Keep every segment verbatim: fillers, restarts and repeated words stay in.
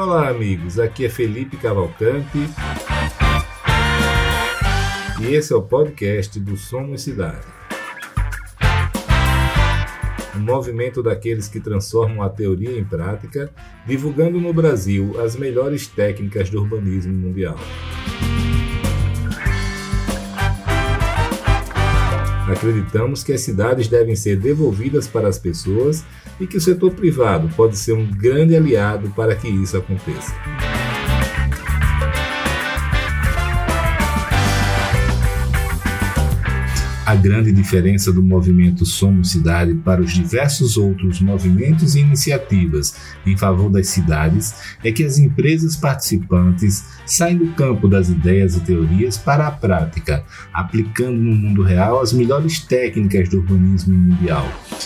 Olá, amigos, aqui é Felipe Cavalcante e esse é o podcast do Somos Cidade. Um movimento daqueles que transformam a teoria em prática, divulgando no Brasil as melhores técnicas do urbanismo mundial. Acreditamos que as cidades devem ser devolvidas para as pessoas e que o setor privado pode ser um grande aliado para que isso aconteça. A grande diferença do movimento Somos Cidade para os diversos outros movimentos e iniciativas em favor das cidades é que as empresas participantes saem do campo das ideias e teorias para a prática, aplicando no mundo real as melhores técnicas do urbanismo mundial.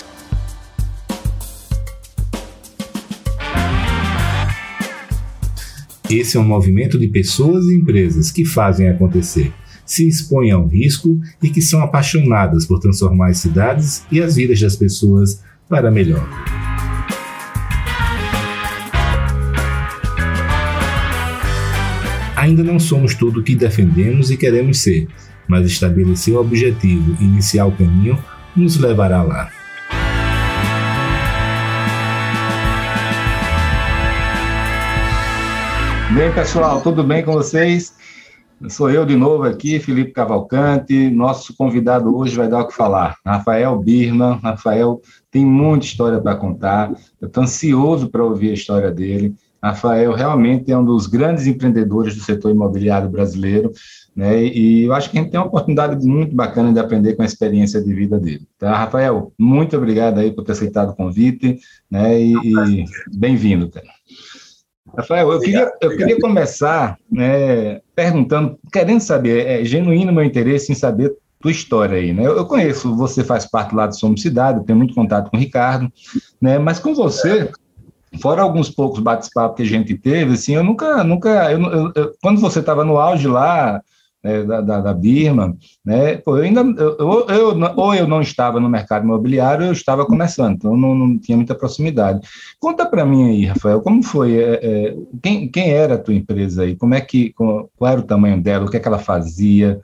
Esse é um movimento de pessoas e empresas que fazem acontecer, se expõem ao risco e que são apaixonadas por transformar as cidades e as vidas das pessoas para melhor. Ainda não somos tudo o que defendemos e queremos ser, mas estabelecer o objetivo e iniciar o caminho nos levará lá. Bem, pessoal, tudo bem com vocês? Sou eu de novo aqui, Felipe Cavalcante. Nosso convidado hoje vai dar o que falar. Rafael Birman. Rafael tem muita história para contar. Eu estou ansioso para ouvir a história dele. Rafael realmente é um dos grandes empreendedores do setor imobiliário brasileiro, né? E eu acho que a gente tem uma oportunidade muito bacana de aprender com a experiência de vida dele. Tá, Rafael? Muito obrigado aí por ter aceitado o convite, né? E, e bem-vindo, cara. Rafael, eu queria, eu queria começar, né, perguntando, querendo saber, é genuíno meu interesse em saber tua história aí, né? Eu conheço, você faz parte lá do Somos Cidade, tenho muito contato com o Ricardo, né? Mas com você, fora alguns poucos bate-papos que a gente teve, assim, eu nunca, nunca, eu, eu, eu, quando você estava no auge lá, né, da, da, da Birman, né? Pô, eu ainda, eu, eu, eu, ou eu não estava no mercado imobiliário, ou eu estava começando, então não, não tinha muita proximidade. Conta para mim aí, Rafael, como foi, é, é, quem, quem era a tua empresa aí, como é que, qual, qual era o tamanho dela, o que é que ela fazia?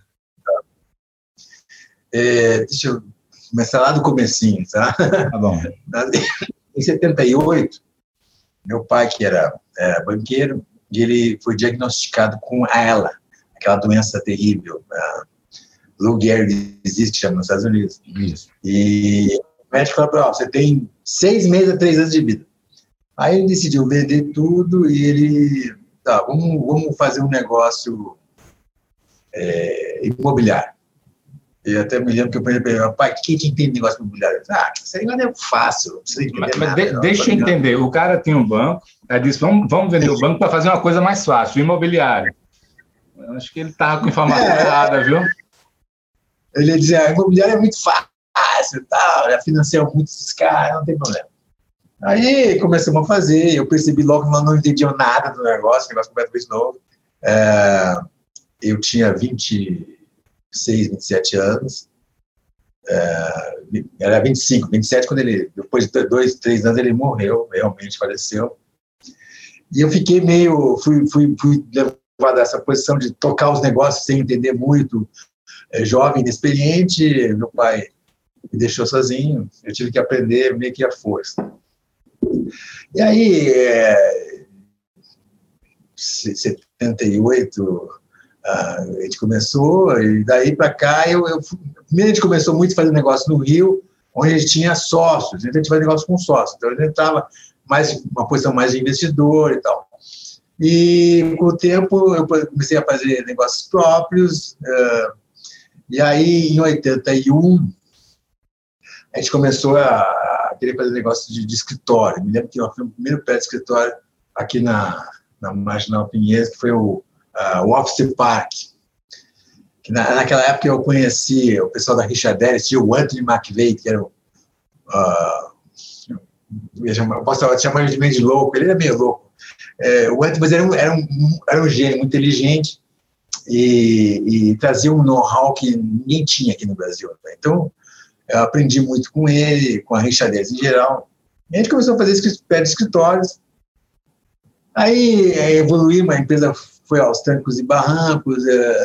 É, deixa eu começar lá do comecinho, tá? Tá bom. Em setenta e oito, meu pai, que era é, banqueiro, ele foi diagnosticado com a ELA, aquela doença terrível, uh, Lou Gehrig disease, que chama nos Estados Unidos. Isso. E o médico falou para ele, você tem seis meses a três anos de vida. Aí ele decidiu vender tudo e ele, tá, vamos, vamos fazer um negócio é, imobiliário. Eu até me lembro que eu falei para ele, pai, quem te entende de negócio imobiliário? Ah, isso aí não é fácil, não precisa entender mas, nada. Mas de, não, deixa eu entender, o cara tinha um banco, aí disse, vamos, vamos vender o banco para fazer uma coisa mais fácil, o imobiliário. Eu acho que ele estava com informação é, errada, viu? Ele dizia, a imobiliária é muito fácil, tal, já financia muito esses caras, não tem problema. Aí começamos a fazer, eu percebi logo que nós não entendíamos nada do negócio, negócio completamente novo. É, eu tinha vinte e seis, vinte e sete anos, é, era vinte e cinco, vinte e sete quando ele, depois de dois, três anos ele morreu, realmente faleceu. E eu fiquei meio, fui, fui, fui dessa posição de tocar os negócios sem entender muito, é, jovem, inexperiente, meu pai me deixou sozinho, eu tive que aprender meio que à força. E aí, é, setenta e oito, a gente começou, e daí para cá, eu, eu, primeiro a gente começou muito fazendo negócio no Rio, onde a gente tinha sócios, então a gente fazia negócio com sócios, então a gente entrava mais, uma posição mais de investidor e tal. E, com o tempo, eu comecei a fazer negócios próprios. Uh, e aí, em oitenta e um, a gente começou a, a querer fazer negócio de, de escritório. Me lembro que eu fui o primeiro pé de escritório aqui na, na Marginal Pinheiros, que foi o, uh, o Office Park. Que na, naquela época eu conheci o pessoal da Richard Ellis, tinha o Anthony McVeigh, que era o... Uh, eu posso chamar ele de meio de louco, ele era meio louco. É, o Anthony, mas era um, era, um, era um gênio muito inteligente e, e trazia um know-how que ninguém tinha aqui no Brasil. Né? Então, eu aprendi muito com ele, com a Richard Ellis em geral. E a gente começou a fazer pé de escritórios. Aí evoluímos, a empresa foi aos trancos e barrancos,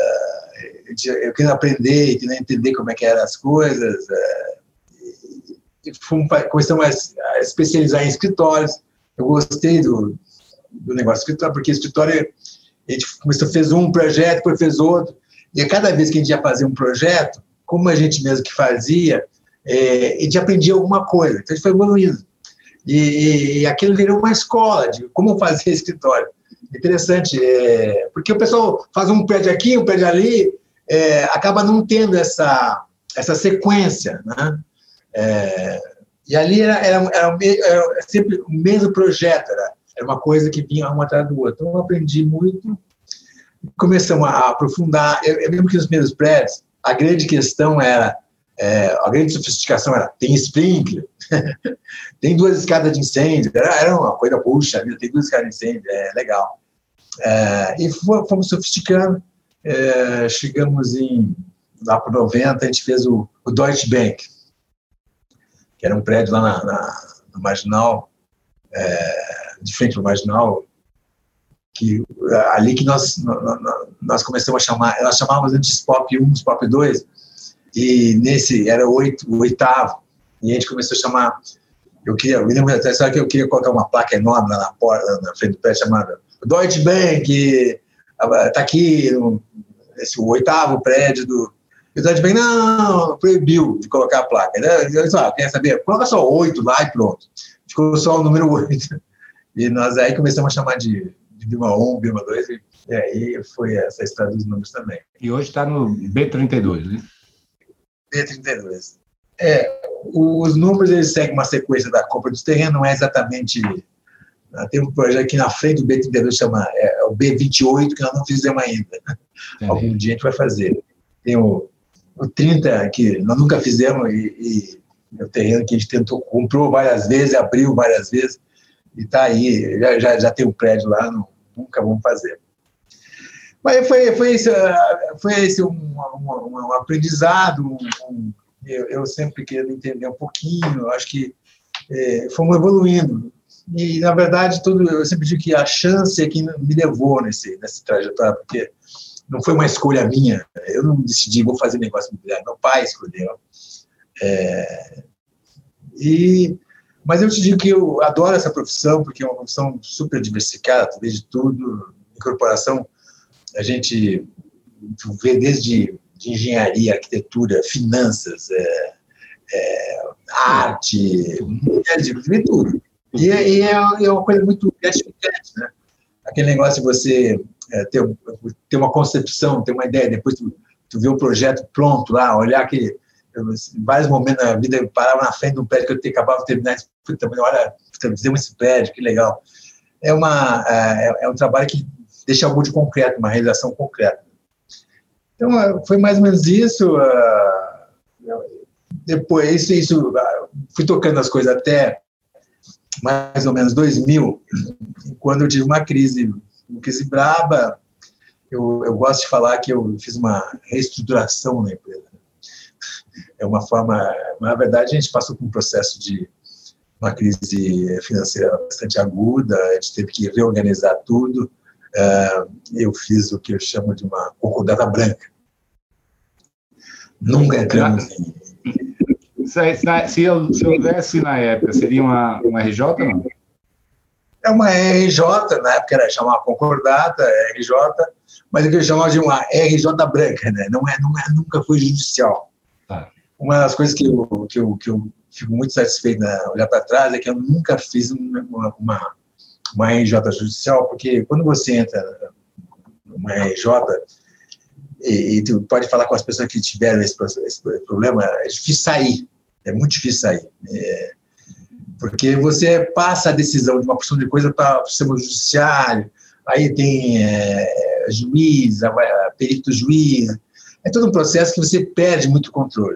eu queria aprender, queria entender como é que eram as coisas, e fomos, começamos a especializar em escritórios. Eu gostei do, do negócio de escritório, porque escritório, a gente começou, fez um projeto, depois fez outro, e a cada vez que a gente ia fazer um projeto, como a gente mesmo que fazia, é, a gente aprendia alguma coisa, então a gente foi evoluindo. E, e aquilo virou uma escola de como fazer escritório. Interessante, é, porque o pessoal faz um prédio aqui, um prédio ali, é, acaba não tendo essa, essa sequência, né? É, e ali era, era, era, era sempre o mesmo projeto, era, era uma coisa que vinha uma atrás do outro. Então eu aprendi muito, começamos a aprofundar. Eu, eu lembro que nos primeiros prédios, a grande questão era, é, a grande sofisticação era, tem sprinkler, tem duas escadas de incêndio, era, era uma coisa, puxa, tem duas escadas de incêndio, é legal. É, e fomos sofisticando, é, chegamos em, lá para noventa, a gente fez o, o Deutsche Bank, que era um prédio lá na, na, na Marginal, é, de frente para o Marginal, que, ali que nós, nós começamos a chamar, nós chamávamos antes de Pop um, Pop dois, e nesse era o, oito, o oitavo, e a gente começou a chamar, eu queria, eu me lembro até, sabe que eu queria colocar uma placa enorme lá na, porta, na frente do prédio, chamada Deutsche Bank, está aqui, no, esse, o oitavo prédio do... E o Deutsche Bank, não, proibiu de colocar a placa. Eu disse, ah, quer saber? Coloca só oito lá e pronto. Ficou só o número oito. E nós aí começamos a chamar de, de Birma um, Birma dois, e, e aí foi essa história dos números também. E hoje está no B trinta e dois, né? B trinta e dois. É, os números, eles seguem uma sequência da compra dos terrenos, não é exatamente... Tem um projeto aqui na frente do B trinta e dois, chama é, o B vinte e oito, que nós não fizemos ainda. Entendi. Algum dia a gente vai fazer. Tem o, o trinta, que nós nunca fizemos, e, e o terreno que a gente tentou, comprou várias vezes, abriu várias vezes, e está aí, já, já, já tem um prédio lá, não, nunca vamos fazer. Mas foi, foi esse, foi esse um, um, um aprendizado, um, um, eu, eu sempre querendo entender um pouquinho, acho que é, fomos evoluindo. E, na verdade, tudo, eu sempre digo que a chance é que me levou nesse, nessa trajetória, porque não foi uma escolha minha. Eu não decidi, vou fazer negócio imobiliário. Meu pai escolheu. É, e, mas eu te digo que eu adoro essa profissão, porque é uma profissão super diversificada, desde tudo. Em corporação, a gente vê desde de engenharia, arquitetura, finanças, é, é, arte, vê tudo. E, e é, é uma coisa muito gratificante, né? Aquele negócio de você é, ter, ter uma concepção, ter uma ideia, depois tu, tu vê o projeto pronto lá, olhar que eu, em vários momentos da vida eu parava na frente de um prédio que eu acabava de terminar, e também olha, fizemos esse prédio, que legal. É, uma, é, é um trabalho que deixa algo de concreto, uma realização concreta. Então, foi mais ou menos isso. Depois, isso, isso fui tocando as coisas até mais ou menos dois mil, quando eu tive uma crise, uma crise braba. Eu, eu gosto de falar que eu fiz uma reestruturação na empresa. É uma forma, na verdade, a gente passou por um processo de uma crise financeira bastante aguda, a gente teve que reorganizar tudo. Eu fiz o que eu chamo de uma concordata branca. Nunca entramos em... Se, se, eu, se houvesse na época, seria uma, uma R J, não? É uma R J, na época era chamar concordata, R J, mas é que eu chamava de uma R J branca, né? Não é, não é, nunca foi judicial. Ah. Uma das coisas que eu, que eu, que eu fico muito satisfeito na olhar para trás é que eu nunca fiz uma, uma, uma R J judicial, porque quando você entra numa R J, e, e tu pode falar com as pessoas que tiveram esse, esse problema, é difícil sair. É muito difícil sair, é, porque você passa a decisão de uma porção de coisa para o sistema judiciário, aí tem é, juiz, perito juiz, é todo um processo que você perde muito controle.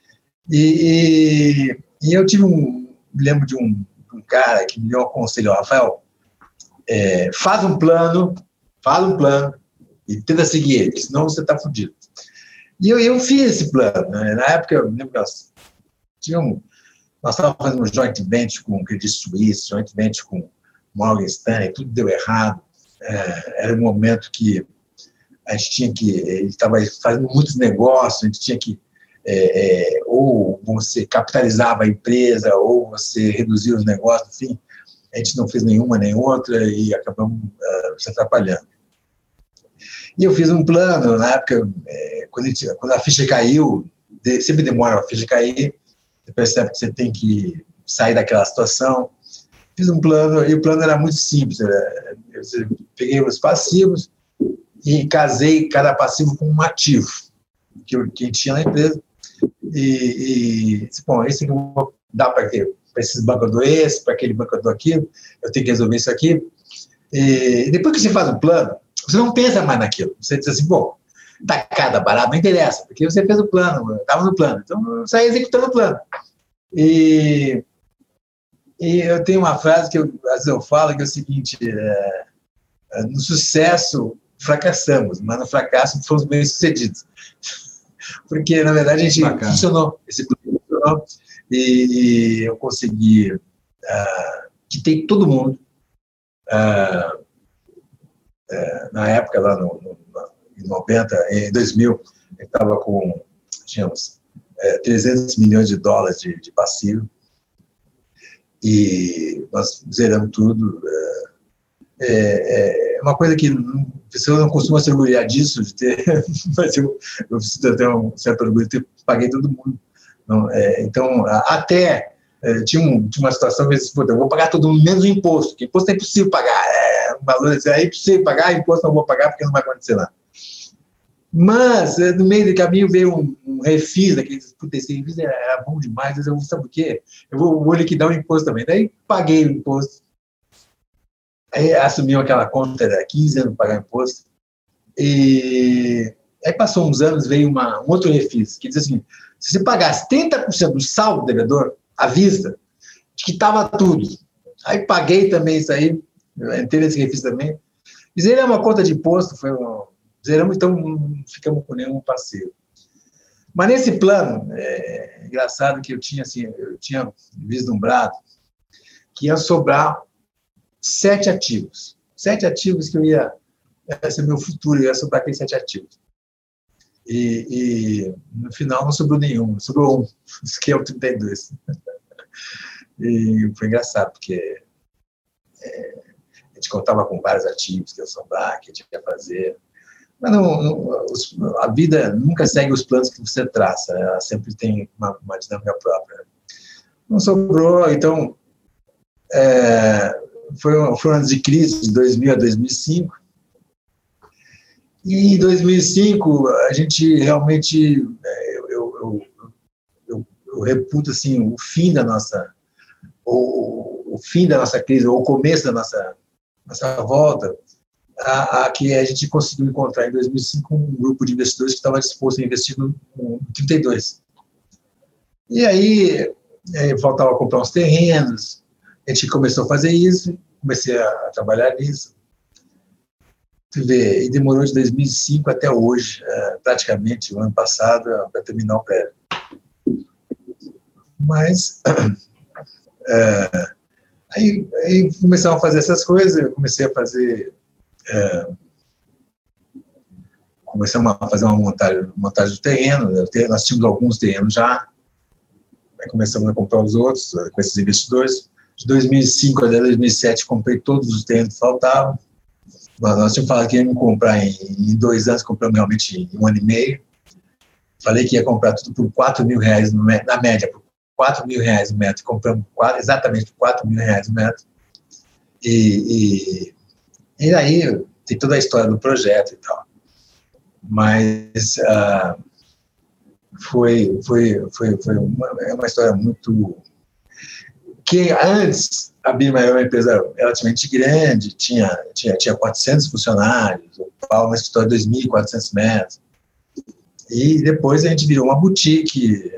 E, e, e eu tive um, me lembro de um, um cara que me deu um conselho, Rafael, é, faz um plano, faz um plano e tenta seguir ele, senão você está fudido. E eu, eu fiz esse plano, né? Na época, eu me lembro que nós Tinha um, nós estávamos fazendo um joint venture com o Credit Suisse, joint venture com Morgan Stanley, tudo deu errado. É, era um momento que a gente tinha que, ele estava fazendo muitos negócios, a gente tinha que, é, é, ou você capitalizava a empresa, ou você reduzia os negócios, enfim, a gente não fez nenhuma nem outra e acabamos uh, se atrapalhando. E eu fiz um plano, na época, é, quando, a gente, quando a ficha caiu, de, sempre demora a ficha cair, você percebe que você tem que sair daquela situação. Fiz um plano, e o plano era muito simples, era, eu peguei os passivos e casei cada passivo com um ativo que, eu, que a gente tinha na empresa, e, e bom, esse que eu vou dar para quê? Para esses bancos eu dou esse, para aquele banco eu dou aquilo, eu tenho que resolver isso aqui. E depois que você faz um plano, você não pensa mais naquilo. Você diz assim, bom, tá cada barato, não interessa, porque você fez o plano, estava no plano, então eu saí executando o plano. E, e eu tenho uma frase que eu, às vezes eu falo, que é o seguinte, é, no sucesso fracassamos, mas no fracasso fomos bem-sucedidos. Porque, na verdade, a gente Bacana. funcionou, esse plano funcionou, e eu consegui, uh, quitei todo mundo, uh, uh, na época, lá no, no, em noventa, em dois mil, eu estava com, tínhamos uh, trezentos milhões de dólares de, de passivo, e nós zeramos tudo. Uh, é, é uma coisa que a pessoa não costuma se orgulhar disso, de ter, mas eu, eu preciso ter um certo orgulho de ter, paguei todo mundo. Não, é, então, até é, tinha, um, tinha uma situação que eu disse, eu vou pagar todo mundo menos o imposto, que imposto é impossível pagar, é, um valor, é impossível pagar, imposto não vou pagar porque não vai acontecer nada. Mas, no meio do caminho, veio um, um refis, daqueles, putz, esse refis era bom demais, eu vou, sabe o quê? Eu vou, vou liquidar o imposto também. Daí, paguei o imposto. Aí, assumiu aquela conta, era quinze anos para pagar imposto. E aí, passou uns anos, veio uma, um outro refis, que diz assim, se você pagasse trinta por cento do saldo do devedor, à vista, quitava tudo. Aí, paguei também isso aí, entrei nesse refis também. E zerei uma conta de imposto, foi uma... Zeramos, então não ficamos com nenhum parceiro. Mas nesse plano, é engraçado que eu tinha, assim, eu tinha vislumbrado que ia sobrar sete ativos. Sete ativos que eu ia, esse é meu futuro, ia sobrar aqueles sete ativos. E, e no final não sobrou nenhum, sobrou um, que é o trinta e dois. E foi engraçado, porque é, a gente contava com vários ativos que ia sobrar, que a gente ia fazer. Mas não, não, os, a vida nunca segue os planos que você traça, ela sempre tem uma, uma dinâmica própria. Não sobrou, então, é, foi, um, foi um ano de crise, de dois mil a dois mil e cinco, e em dois mil e cinco a gente realmente, eu, eu, eu, eu, eu reputo assim, o fim da nossa, o, o fim da nossa crise, ou o começo da nossa, nossa volta, A, a que a gente conseguiu encontrar em dois mil e cinco um grupo de investidores que estava disposto a investir no, no trinta e dois. E aí, é, faltava comprar uns terrenos, a gente começou a fazer isso, comecei a, a trabalhar nisso. Você vê, e demorou de dois mil e cinco até hoje, é, praticamente, o ano passado, para terminar o prédio. Mas, é, aí, aí começamos a fazer essas coisas, eu comecei a fazer... É, começamos a fazer uma montagem, montagem do terreno, nós tínhamos alguns terrenos já, aí começamos a comprar os outros com esses investidores. De dois mil e cinco até dois mil e sete comprei todos os terrenos que faltavam. Nós, nós tínhamos falado que íamos comprar em, em dois anos, compramos realmente em um ano e meio. Falei que ia comprar tudo por quatro mil reais, no, na média, por quatro mil reais o metro, compramos quatro, exatamente por quatro mil reais o metro. E... e E aí tem toda a história do projeto e tal. Mas uh, foi, foi, foi, foi uma, é uma história muito... Que antes a Birma era uma empresa relativamente grande, tinha, tinha, tinha quatrocentos funcionários, ocupava uma escritório de dois mil e quatrocentos metros. E depois a gente virou uma boutique,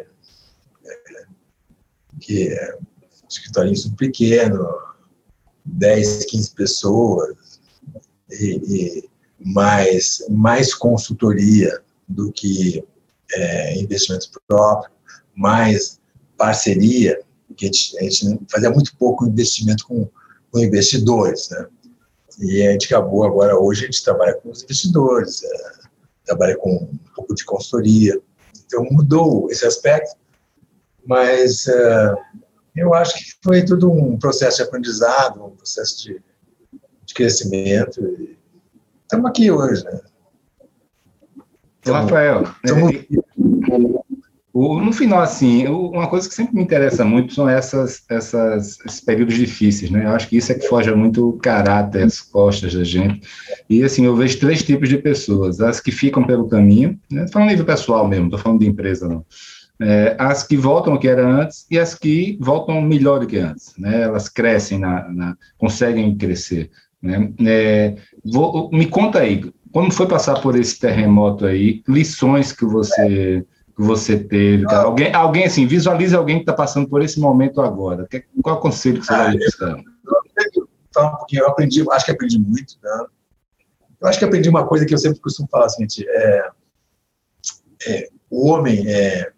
que é um escritório super pequeno, dez, quinze pessoas, E, e mais, mais consultoria do que é, investimento próprio, mais parceria, porque a gente, a gente fazia muito pouco investimento com, com investidores, né? E a gente acabou agora, hoje a gente trabalha com os investidores, é, trabalha com um pouco de consultoria, então mudou esse aspecto, mas é, eu acho que foi tudo um processo de aprendizado, um processo de, de crescimento, e estamos aqui hoje, né? Então, Rafael, estamos... é, o, no final, assim, uma coisa que sempre me interessa muito são essas, essas, esses períodos difíceis, né? Eu acho que isso é que forja muito o caráter, as costas da gente. E, assim, eu vejo três tipos de pessoas. As que ficam pelo caminho, né? Falando nível pessoal mesmo, não estou falando de empresa, não. É, as que voltam ao que era antes e as que voltam melhor do que antes, né? Elas crescem, na, na, conseguem crescer, né? É, vou, me conta aí, como foi passar por esse terremoto aí, lições que você... que você teve, cara? Alguém, alguém assim, visualize alguém que está passando por esse momento agora. Qual é o conselho que você vai buscar? Eu aprendi, acho que aprendi muito, né? Eu acho que aprendi uma coisa que eu sempre costumo falar, assim, é, é, o homem é,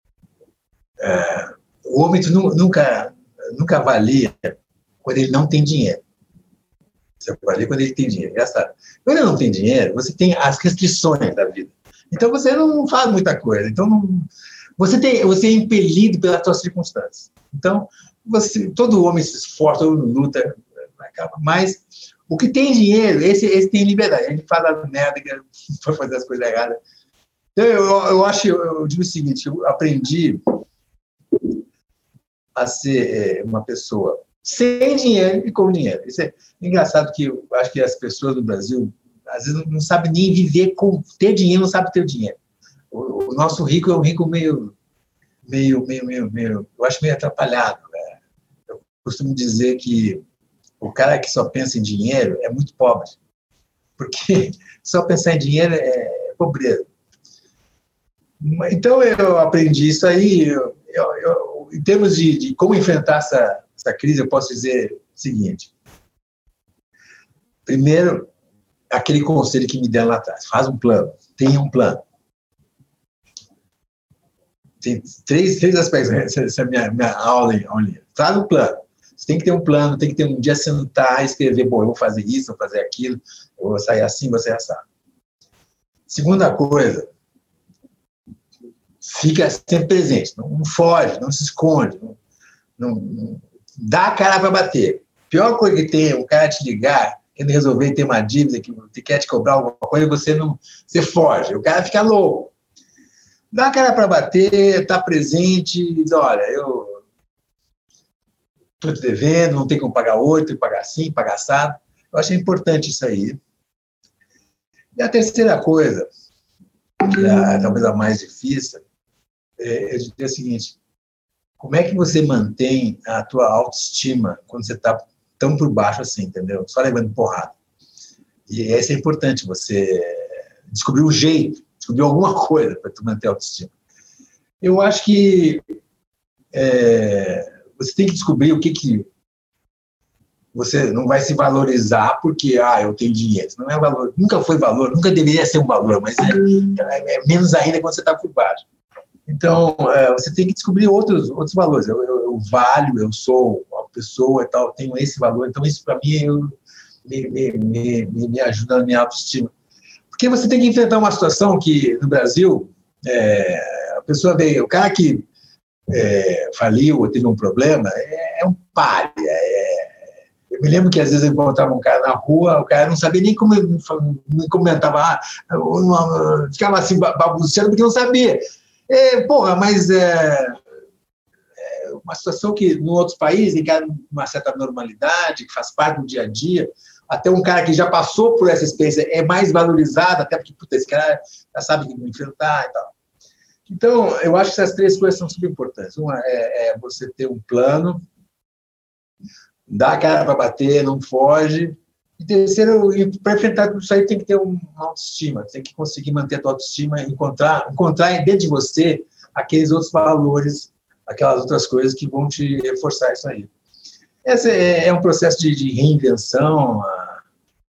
é, o homem tu nunca, nunca avalia quando ele não tem dinheiro. Você avalia quando ele tem dinheiro. Essa, quando ele não tem dinheiro, você tem as restrições da vida. Então, você não faz muita coisa. Então, não, você, tem, você é impelido pelas suas circunstâncias. Então, você, todo homem se esforça, todo luta, mas o que tem dinheiro, esse, esse tem liberdade. Ele fala merda para fazer as coisas erradas. Então, eu, eu acho, eu digo o seguinte, eu aprendi a ser uma pessoa sem dinheiro e com dinheiro. Isso é engraçado, que eu acho que as pessoas no Brasil às vezes não sabe nem viver com ter dinheiro, não sabe ter dinheiro. O, o nosso rico é um rico meio, meio, meio, meio, meio, eu acho meio atrapalhado, né? Eu costumo dizer que o cara que só pensa em dinheiro é muito pobre, porque só pensar em dinheiro é pobreza. Então, eu aprendi isso aí. Eu, eu, eu, em termos de, de como enfrentar essa, essa crise, eu posso dizer o seguinte. Primeiro, aquele conselho que me deram lá atrás. Faz um plano. Tenha um plano. Tem três, três aspectos. Essa é a minha, minha aula. Faz um plano. Você tem que ter um plano, tem que ter um dia sentar, escrever, bom, eu vou fazer isso, vou fazer aquilo, eu vou sair assim, vou sair assim. Segunda coisa, fica sempre presente. Não, não foge, não se esconde. Não, não, não dá a cara para bater. Pior coisa que tem, o cara te ligar, querendo resolver ter uma dívida, que quer te cobrar alguma coisa, você não, você foge, o cara fica louco. Dá a cara para bater, está presente, diz, olha, eu estou te devendo, não tem como pagar oito, tem que pagar cinco, pagar assado. Eu achei importante isso aí. E a terceira coisa, que é talvez a mais difícil, é, eu diria o seguinte, como é que você mantém a tua autoestima quando você está tão por baixo assim, entendeu? Só levando porrada. E essa é importante, você descobrir um jeito, descobrir alguma coisa para tu manter a autoestima. Eu acho que é, você tem que descobrir o que que você não vai se valorizar porque, ah, eu tenho dinheiro. Isso não é valor, nunca foi valor, nunca deveria ser um valor, mas é, é menos ainda quando você está por baixo. Então, é, você tem que descobrir outros, outros valores. Eu, eu, eu valho, eu sou uma pessoa e tal, tenho esse valor. Então, isso, para mim, eu, me, me, me, me ajuda na minha autoestima. Porque você tem que enfrentar uma situação que, no Brasil, é, a pessoa vê, o cara que é, faliu ou teve um problema, é, é um pária. É, eu me lembro que, às vezes, eu encontrava um cara na rua, o cara não sabia nem como me comentava, ah, eu, ficava assim, bagunçando, porque não sabia. É, porra, mas é, é uma situação que, em outros países, em uma certa normalidade, que faz parte do dia a dia, até um cara que já passou por essa experiência é mais valorizado, até porque, puta, esse cara já sabe como enfrentar e tal. Então, eu acho que essas três coisas são super importantes. Uma é, é você ter um plano, dar a cara para bater, não foge. E terceiro, para enfrentar tudo isso aí, tem que ter uma autoestima, tem que conseguir manter a tua autoestima, encontrar, encontrar dentro de você aqueles outros valores, aquelas outras coisas que vão te reforçar isso aí. Esse é, é um processo de, de reinvenção uh,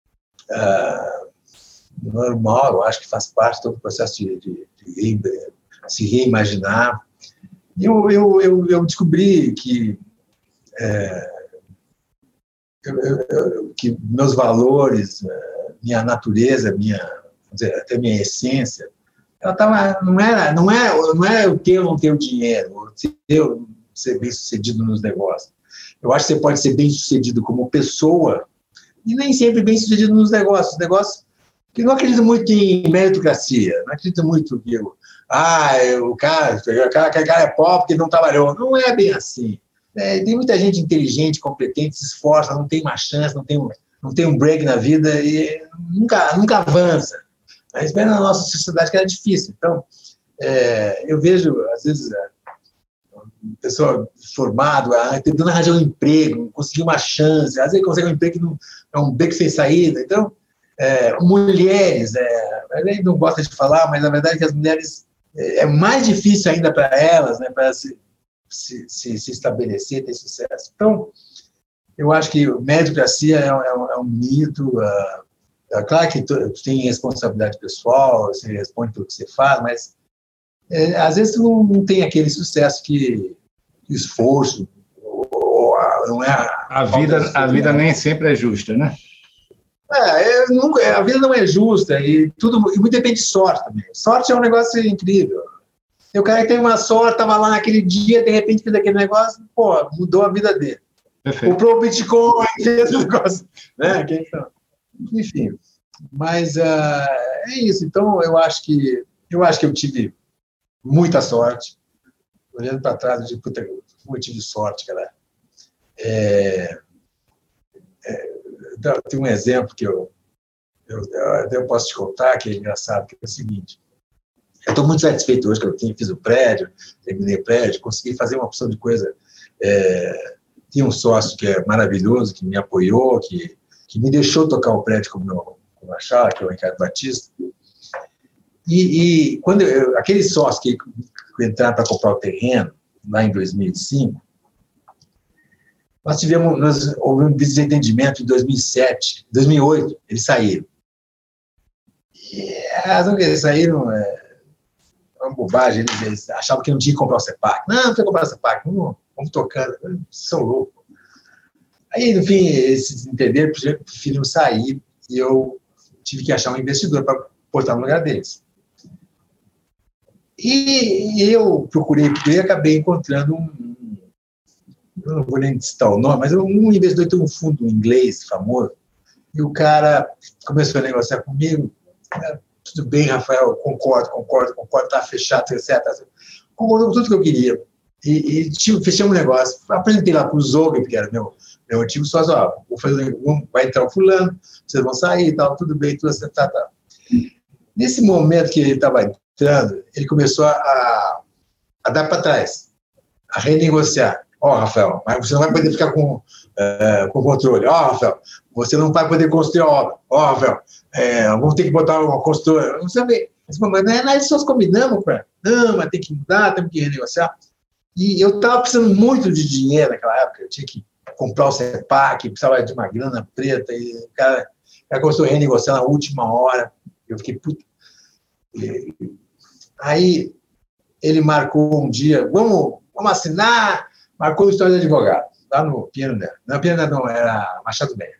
uh, normal, eu acho que faz parte do processo de, de, de, de se reimaginar. Eu, eu, eu, eu descobri que é, eu, eu, eu, que meus valores, minha natureza, minha, vamos dizer, até minha essência, ela tava, não era, não é, não é eu ter ou não ter o dinheiro, eu ser bem sucedido nos negócios. Eu acho que você pode ser bem sucedido como pessoa e nem sempre bem sucedido nos negócios. Os negócios que não acredito muito em meritocracia, não acredito muito que eu, ah, o cara, o cara, aquele cara é pobre porque não trabalhou. Não é bem assim. É, tem muita gente inteligente, competente, se esforça, não tem uma chance, não tem um, não tem um break na vida e nunca, nunca avança. Mas bem na nossa sociedade que era difícil. Então, é, eu vejo, às vezes, uma pessoa formada, tentando arranjar um emprego, conseguir uma chance, às vezes consegue um emprego que não, é um beco sem saída. Então, é, mulheres, é, a gente não gosta de falar, mas a verdade é que as mulheres, é, é mais difícil ainda para elas, né, para se, se, se, se estabelecer, ter sucesso. Então, eu acho que meritocracia é, é, é um mito. Uh, é claro que tu, tu tem responsabilidade pessoal, você responde tudo que você faz, mas é, às vezes tu não, não tem aquele sucesso que, que esforço, ou, ou, não é a, a vida, a vida nem sempre é justa, né? É, é, nunca, a vida não é justa e tudo, e muito depende de sorte também. Sorte é um negócio incrível. O cara que tem uma sorte, estava lá naquele dia, de repente fez aquele negócio, pô, mudou a vida dele. Perfeito. Comprou o Bitcoin, fez o negócio, né? Enfim, mas uh, é isso. Então, eu acho que eu acho que eu tive muita sorte. Olhando para trás, eu digo, puta, eu tive sorte, cara. É, é, tem um exemplo que eu, eu, eu, eu posso te contar, que é engraçado, que é o seguinte. Eu estou muito satisfeito hoje que eu tinha, fiz o prédio, terminei o prédio, consegui fazer uma opção de coisa. É, tinha um sócio que é maravilhoso, que me apoiou, que que me deixou tocar o prédio como eu, como eu achava, que é o Ricardo Batista. E, e quando eu, aquele sócio que, que entraram para comprar o terreno, lá em dois mil e cinco, nós tivemos, nós houve um desentendimento em dois mil e sete, dois mil e oito, eles saíram. E a razão que eles saíram é uma bobagem, eles, eles achavam que não tinha que comprar o CEPAC. Não, não tem que comprar o CEPAC, vamos, vamos tocando, eles são loucos. Aí, no fim, eles entenderam, preferiram sair e eu tive que achar um investidor para botar no lugar deles. E eu procurei, procurei e acabei encontrando um, eu não vou nem citar o nome, mas um investidor tem um fundo inglês famoso, e o cara começou a negociar comigo, tudo bem, Rafael, concordo, concordo, concordo, está fechado, etcétera. Concordou com tudo que eu queria. E, e tipo, fechamos um negócio, apresentei lá para o Zogby, que era meu, meu antigo sócio, ó, vou fazer, vai entrar o fulano, vocês vão sair e tal, tudo bem, tudo assim, tá, tá. Nesse momento que ele estava entrando, ele começou a, a dar para trás, a renegociar. Ó, oh, Rafael, mas você não vai poder ficar com uh, com controle. Ó, oh, Rafael, você não vai poder construir a obra. Ó, oh, Rafael, é, vamos ter que botar uma construtora. Não sei, mas não é nada disso, nós combinamos, cara. Não, mas tem que mudar, temos que renegociar. E eu estava precisando muito de dinheiro naquela época, eu tinha que comprar o CEPAC, precisava de uma grana preta, e o cara, o cara começou a renegociar na última hora. Eu fiquei, puta. E, aí ele marcou um dia, vamos, vamos assinar, marcou o história de advogado, lá no Piano Neto. Não, Piano Neto não, era Machado Meia.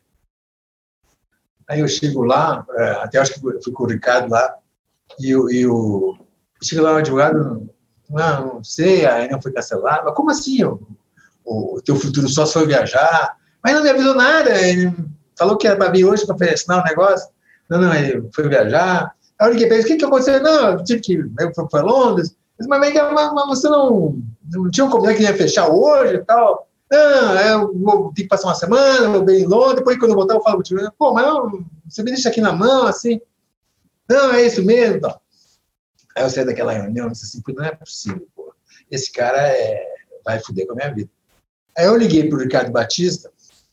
Aí eu chego lá, até acho que fui com o Ricardo lá, e, e o chego lá, o advogado, não, não sei, a reunião foi cancelada, mas como assim? O, o teu futuro sócio foi viajar, mas não me avisou nada, ele falou que era para vir hoje para assinar o negócio, não, não, ele foi viajar. Aí eu liguei para ele, o que, que aconteceu? Não, eu tive que, eu fui para Londres, mas, mas, mas você não, não tinha um combinado que ia fechar hoje e tal? Não, eu vou ter que passar uma semana, eu vou bem em Londres, depois quando eu voltar eu falo contigo. Pô, mas não, você me deixa aqui na mão, assim? Não, é isso mesmo, então. Aí eu saí daquela reunião e disse assim, não é possível, pô. Esse cara é, vai foder com a minha vida. Aí eu liguei para o Ricardo Batista,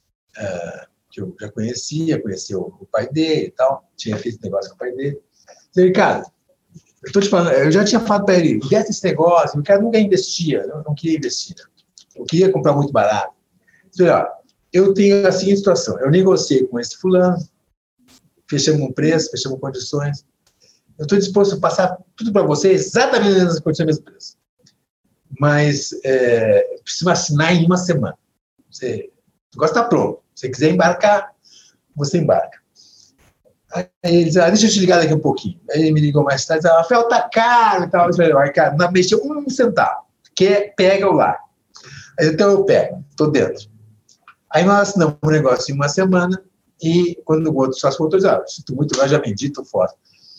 uh, que eu já conhecia, conhecia o, o pai dele e tal, tinha feito negócio com o pai dele. Disse, Ricardo, eu tô te falando, eu já tinha falado para ele, investe esse negócio, o cara nunca investia, não, não queria investir. Eu queria comprar muito barato. Disse, ó, eu tenho a seguinte situação, eu negociei com esse fulano, fechamos um preço, fechamos condições, eu estou disposto a passar tudo para você, exatamente nas condições mesmo preço. Mas é, preciso assinar em uma semana. Você, negócio está pronto. Se você quiser embarcar, você embarca. Aí ele disse, ah, deixa eu te ligar daqui um pouquinho. Aí ele me ligou mais tarde, disse, Rafael, tá caro e tal. Eu falei, cara, não mexeu um centavo. Quer, pega o lá. Aí, então eu pego, tô dentro. Aí nós assinamos um negócio em uma semana e quando o outro sócio voltou, eu disse, ah, sinto muito, eu já vendi, tô fora.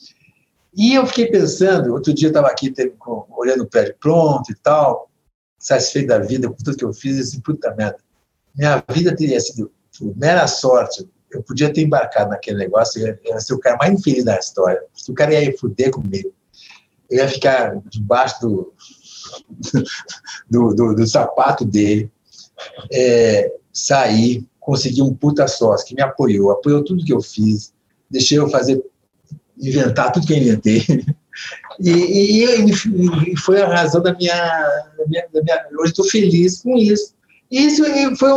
E eu fiquei pensando, outro dia eu estava aqui olhando o prédio pronto e tal, satisfeito da vida com tudo que eu fiz, e assim, puta merda, minha vida teria sido mera sorte, eu podia ter embarcado naquele negócio, eu ia ser o cara mais infeliz da história, o cara ia fuder comigo, eu ia ficar debaixo do, do, do, do sapato dele, é, sair, conseguir um puta sócio que me apoiou, apoiou tudo que eu fiz, deixei eu fazer, inventar tudo que eu inventei, e, e, e foi a razão da minha, da minha, da minha hoje estou feliz com isso. E isso foi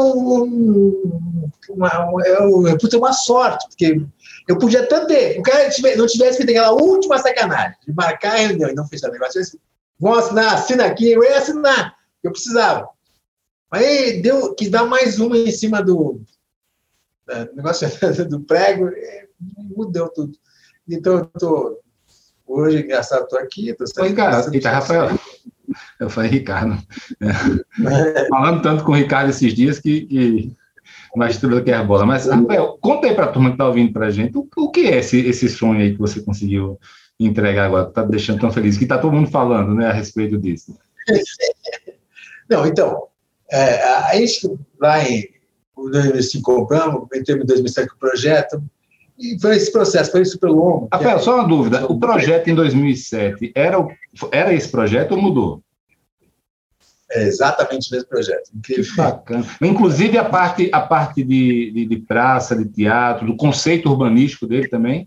um, uma, uma, uma sorte, porque eu podia tanto ter, o cara não tivesse feito aquela última sacanagem, de marcar a reunião e não fechar o negócio, disse, vão assinar, assina aqui, eu ia assinar, eu precisava. Aí deu que dá mais uma em cima do, do negócio do prego, mudou tudo. Então, eu tô, hoje, engraçado, estou aqui. Estou Ricardo, Eita, Rafael. Eu falei Ricardo. É. Falando tanto com o Ricardo esses dias que, que mais tudo que é a bola. Mas, Rafael, conta aí para a turma que está ouvindo para a gente o, o que é esse, esse sonho aí que você conseguiu entregar agora, que está deixando tão feliz, que está todo mundo falando, né, a respeito disso. Não, então, é, a gente lá em dois mil e cinco compramos, entramos em dois mil e sete com o projeto, e foi esse processo, foi super longo. Rafael, só uma dúvida, o projeto em dois mil e sete, era, era esse projeto ou mudou? É exatamente o mesmo projeto. Incrível. Que bacana. Inclusive a parte, a parte de, de, de praça, de teatro, do conceito urbanístico dele também?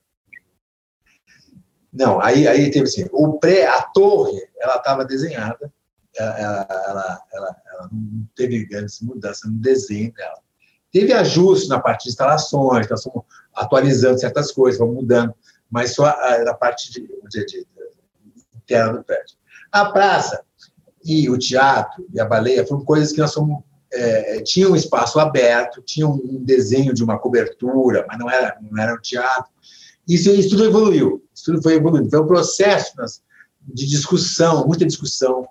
Não, aí, aí teve assim, o pré, a torre, ela estava desenhada, ela, ela, ela, ela, ela não teve grandes mudanças no desenho dela. Teve ajuste na parte de instalações, nós fomos atualizando certas coisas, vamos mudando, mas só a, a parte de, de, de, de interna do prédio. A praça e o teatro e a baleia foram coisas que nós fomos, é, tinha um espaço aberto, tinha um desenho de uma cobertura, mas não era, não era um teatro. Isso, isso tudo evoluiu, isso tudo foi evoluindo. Foi um processo de discussão, muita discussão.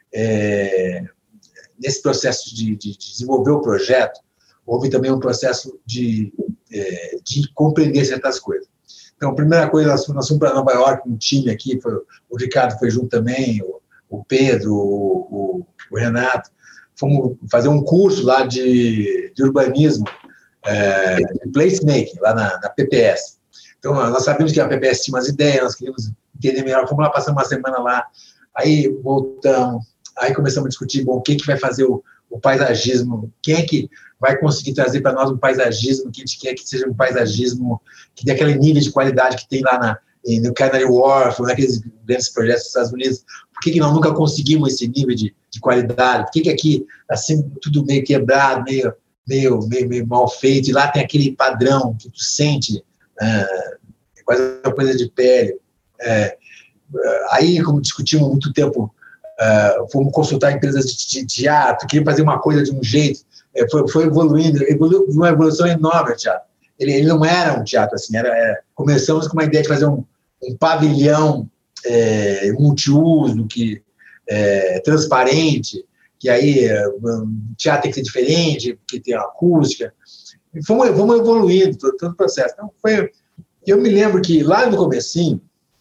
É, nesse processo de, de, de desenvolver o projeto, houve também um processo de, é, de compreender certas coisas. Então, a primeira coisa, nós fomos para Nova York, um time aqui, foi, o Ricardo foi junto também, o, o Pedro, o, o, o Renato, fomos fazer um curso lá de, de urbanismo, é, de placemaking, lá na, na P P S. Então, nós sabíamos que a P P S tinha umas ideias, nós queríamos entender melhor, fomos lá, passamos uma semana lá, aí voltamos, aí começamos a discutir, bom, quem que vai fazer o, o paisagismo, quem é que vai conseguir trazer para nós um paisagismo que a gente quer que seja um paisagismo que dê aquele nível de qualidade que tem lá na, no Canary Wharf, naqueles grandes projetos dos Estados Unidos. Por que, que nós nunca conseguimos esse nível de, de qualidade? Por que, que aqui, assim, tudo meio quebrado, meio, meio, meio, meio mal feito, e lá tem aquele padrão que tu sente, é, quase uma coisa de pele. É, aí, como discutimos muito tempo, é, fomos consultar empresas de teatro, queríamos fazer uma coisa de um jeito, é, foi, foi evoluindo, evoluiu uma evolução enorme o teatro. Ele, ele não era um teatro assim, era, era, começamos com uma ideia de fazer um, um pavilhão é, multiuso, que, é, transparente, que aí o teatro tem que ser diferente, porque tem acústica. E fomos, fomos evoluindo todo, todo o processo. Então, foi, eu me lembro que lá no comecinho,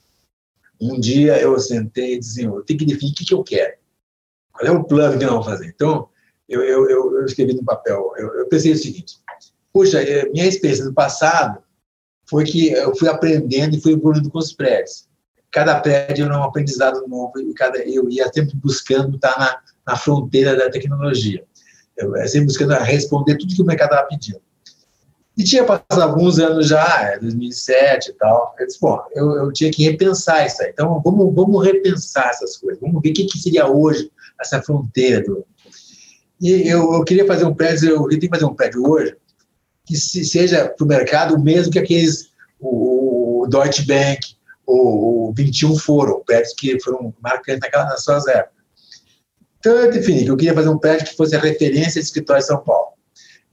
um dia eu sentei e disse assim, eu tenho que definir o que, que eu quero. Qual é o plano que nós vamos fazer? Então, eu, eu, eu, eu escrevi no papel, eu, eu pensei o seguinte, puxa, minha experiência no passado foi que eu fui aprendendo e fui evoluindo com os prédios. Cada prédio era um aprendizado novo e cada, eu ia sempre buscando estar na, na fronteira da tecnologia. Eu ia sempre buscando responder tudo que o mercado estava pedindo. E tinha passado alguns anos já, dois mil e sete e tal. Eu disse, bom, eu, eu tinha que repensar isso aí. Então, vamos, vamos repensar essas coisas. Vamos ver o que, que seria hoje essa fronteira. Do... E eu, eu queria fazer um prédio, eu queria fazer um prédio hoje que se, seja para o mercado o mesmo que aqueles, o, o Deutsche Bank, o, o vinte e um foram, prédios que foram marcantes naquela, nas suas épocas. Então, eu defini que eu queria fazer um prédio que fosse a referência de escritório de São Paulo.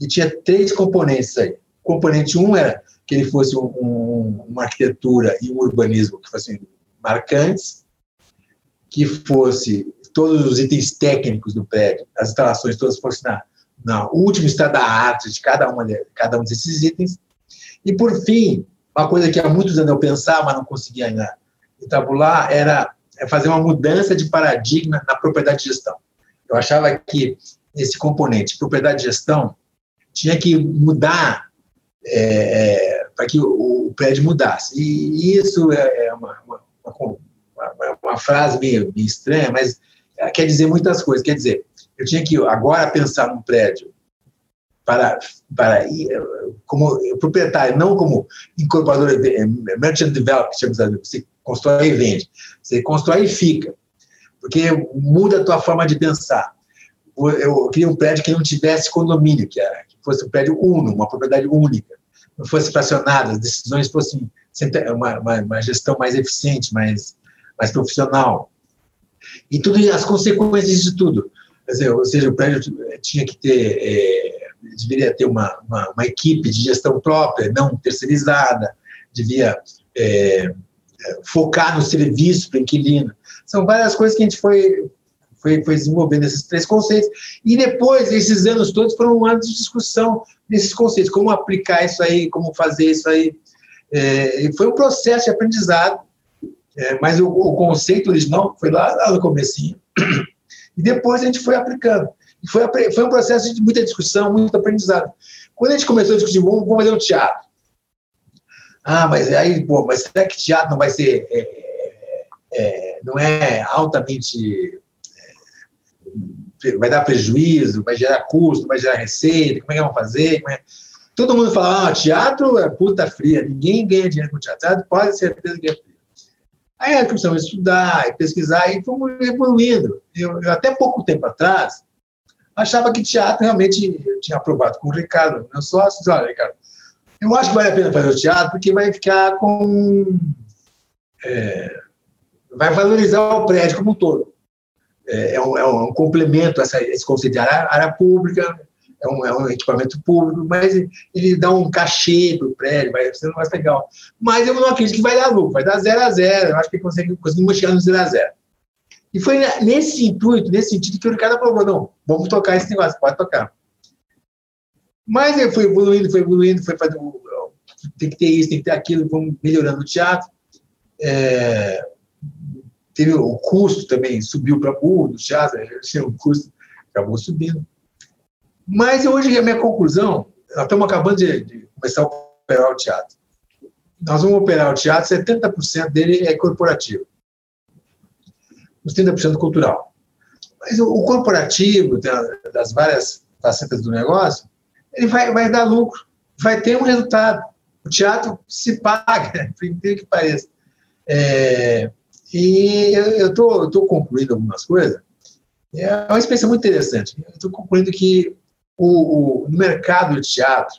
e tinha três componentes aí. O componente um era que ele fosse um, um, uma arquitetura e um urbanismo que fossem marcantes, que fosse todos os itens técnicos do prédio, as instalações todas fossem na, na último estado da arte de cada, uma de cada um desses itens. E, por fim, uma coisa que há muitos anos eu pensava, mas não conseguia ainda entabular, era fazer uma mudança de paradigma na propriedade de gestão. Eu achava que esse componente, propriedade de gestão, tinha que mudar é, para que o, o prédio mudasse. E isso é uma, uma, uma, uma, uma frase meio, meio estranha, mas quer dizer muitas coisas. Quer dizer, eu tinha que agora pensar num prédio para, para como proprietário, não como incorporador, merchant developer, você constrói e vende. Você constrói e fica, porque muda a tua forma de pensar. Eu queria um prédio que não tivesse condomínio, que fosse um prédio uno, uma propriedade única, não fosse fracionado, as decisões fossem uma, uma, uma gestão mais eficiente, mais, mais profissional. E tudo, as consequências de tudo. Quer dizer, ou seja, o prédio tinha que ter, é, deveria ter uma, uma, uma equipe de gestão própria, não terceirizada, devia é, focar no serviço para o inquilino. São várias coisas que a gente foi, foi, foi desenvolvendo, esses três conceitos. E depois, esses anos todos foram anos de discussão desses conceitos, como aplicar isso aí, como fazer isso aí. É, e foi um processo de aprendizado, é, mas o, o conceito original foi lá, lá no comecinho. E depois a gente foi aplicando. E foi, foi um processo de muita discussão, muito aprendizado. Quando a gente começou a discutir, vamos, vamos fazer um teatro. Ah, mas aí, pô, mas será que teatro não vai ser, é, é, não é altamente, é, vai dar prejuízo, vai gerar custo, vai gerar receita, como é que vamos fazer? Como é... Todo mundo fala, ah, teatro é puta fria, ninguém ganha dinheiro com teatro, teatro pode ter certeza que é frio. Aí começamos a estudar, e pesquisar, e fomos evoluindo. Eu, eu, até pouco tempo atrás, achava que teatro realmente, eu tinha aprovado com o Ricardo, meu sócio, disse, olha, Ricardo, eu acho que vale a pena fazer o teatro, porque vai ficar com... É, vai valorizar o prédio como um todo. É, é, um, é um complemento a essa, esse conceito de área, área pública, é um, é um equipamento público, mas ele dá um cachê para o prédio, vai ser mais legal. Mas eu não acredito que vai dar lucro, vai dar zero a zero, eu acho que consegue, conseguimos chegar no zero a zero. E foi nesse intuito, nesse sentido, que o Ricardo aprovou, não, vamos tocar esse negócio, pode tocar. Mas ele foi evoluindo, foi evoluindo, foi fazendo, tem que ter isso, tem que ter aquilo, vamos melhorando o teatro. É, teve o custo também, subiu para burro do teatro, tinha um custo, acabou subindo. Mas hoje a minha conclusão, nós estamos acabando de, de começar a operar o teatro. Nós vamos operar o teatro, setenta por cento dele é corporativo, os trinta por cento cultural. Mas o, o corporativo, das várias facetas do negócio, ele vai, vai dar lucro, vai ter um resultado. O teatro se paga, por incrível que pareça. É, e eu estou concluindo algumas coisas. É uma experiência muito interessante. Eu estou concluindo que o, o, no mercado de teatro,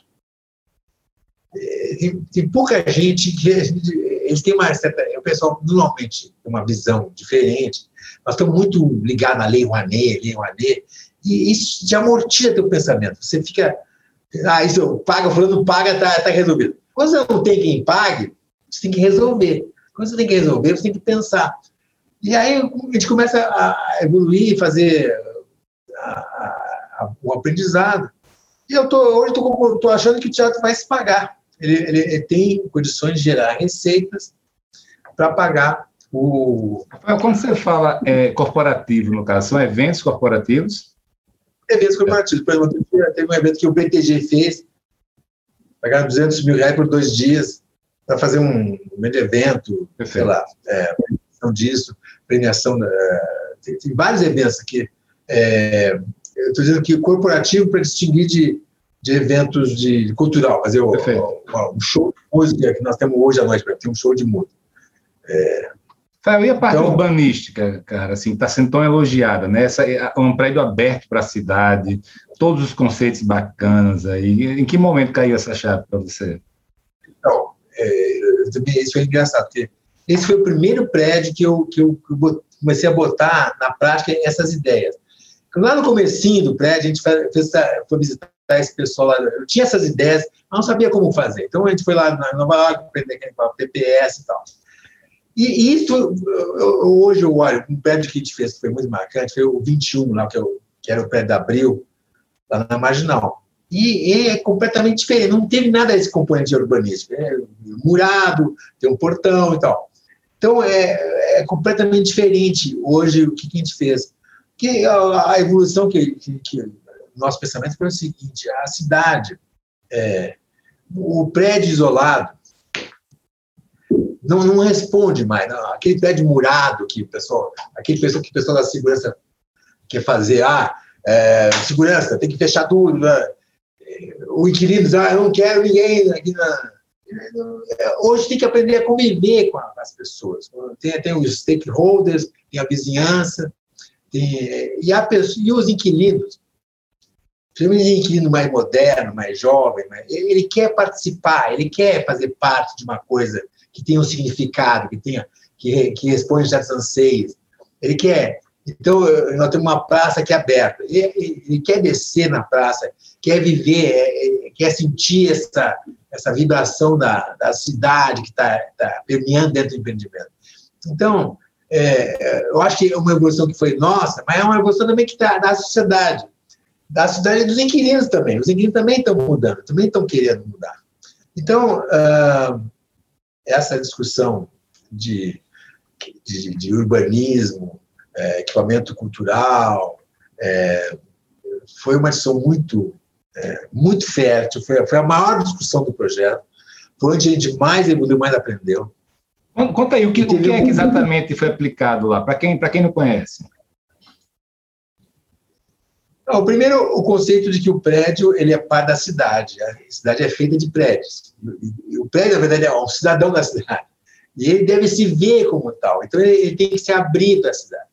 é, tem, tem pouca gente que eles têm uma certa... O pessoal normalmente tem uma visão diferente. Nós estamos muito ligados à Lei Rouanet, Lei Rouanet, e isso te amortiza teu pensamento. Você fica... Ah, isso paga, falando paga, está tá resolvido. Quando você não tem quem pague, você tem que resolver. Quando você tem que resolver, você tem que pensar. E aí a gente começa a evoluir, fazer a, a, a, o aprendizado. E eu tô, hoje estou achando que o teatro vai se pagar. Ele, ele, ele tem condições de gerar receitas para pagar o... Quando você fala é, corporativo, no caso, são eventos corporativos? Eventos corporativos. Por exemplo, teve um evento que o B T G fez, pagaram duzentos mil reais por dois dias para fazer um grande evento, Perfeito. sei lá, é, disso, premiação, é, tem, tem vários eventos aqui. É, eu estou dizendo que corporativo para distinguir de, de eventos de, de cultural, fazer o, o, um show de música que nós temos hoje à noite, tem um show de música. É, E a parte então, urbanística, cara, assim, está sendo tão elogiada, né? Essa, é um prédio aberto para a cidade, todos os conceitos bacanas aí. Em que momento caiu essa chave para você? Então, é, isso foi engraçado, porque esse foi o primeiro prédio que eu, que eu comecei a botar na prática essas ideias. Lá no comecinho do prédio, a gente fez, foi visitar esse pessoal lá. Eu tinha essas ideias, mas não sabia como fazer. Então, a gente foi lá em Nova York, aprender T P S e tal. E isso, eu, hoje eu olho, um prédio que a gente fez que foi muito marcante, foi o vinte e um, lá, que, eu, que era o prédio da Abril, lá na Marginal. E, e é completamente diferente, não teve nada desse componente urbanístico. É murado, tem um portão e tal. Então, é, é completamente diferente hoje o que, que a gente fez. Que a, a evolução que, que, que nosso pensamento foi o seguinte: a cidade, é, o prédio isolado, não, não responde mais. Não. Aquele prédio murado que o pessoal, aquele pessoal que o pessoal da segurança quer fazer, ah, é, segurança, tem que fechar tudo, né? O inquilino diz, ah, eu não quero ninguém aqui na... Hoje tem que aprender a conviver com as pessoas. Tem, tem os stakeholders, tem a vizinhança, tem, e, a pessoa, e os inquilinos. Principalmente o inquilino mais moderno, mais jovem, mais, ele, ele quer participar, ele quer fazer parte de uma coisa que tenha um significado, que, tenha, que, que responde a certos anseios. Ele quer... Então, nós temos uma praça que é aberta. Ele, ele quer descer na praça, quer viver, quer sentir essa, essa vibração da, da cidade que está tá permeando dentro do empreendimento. Então, é, eu acho que é uma evolução que foi nossa, mas é uma evolução também que está na sociedade. Da sociedade e dos inquilinos também. Os inquilinos também estão mudando, também estão querendo mudar. Então, uh, essa discussão de, de, de urbanismo, É, equipamento cultural, é, foi uma discussão muito, é, muito fértil, foi, foi a maior discussão do projeto, foi onde a gente mais evoluiu, mais aprendeu. Conta aí, o que, o que é que exatamente foi aplicado lá, para quem, para quem não conhece? Não, primeiro, o conceito de que o prédio ele é parte da cidade, a cidade é feita de prédios, e o prédio, na verdade, é um cidadão da cidade, e ele deve se ver como tal, então ele, ele tem que se abrir para a cidade.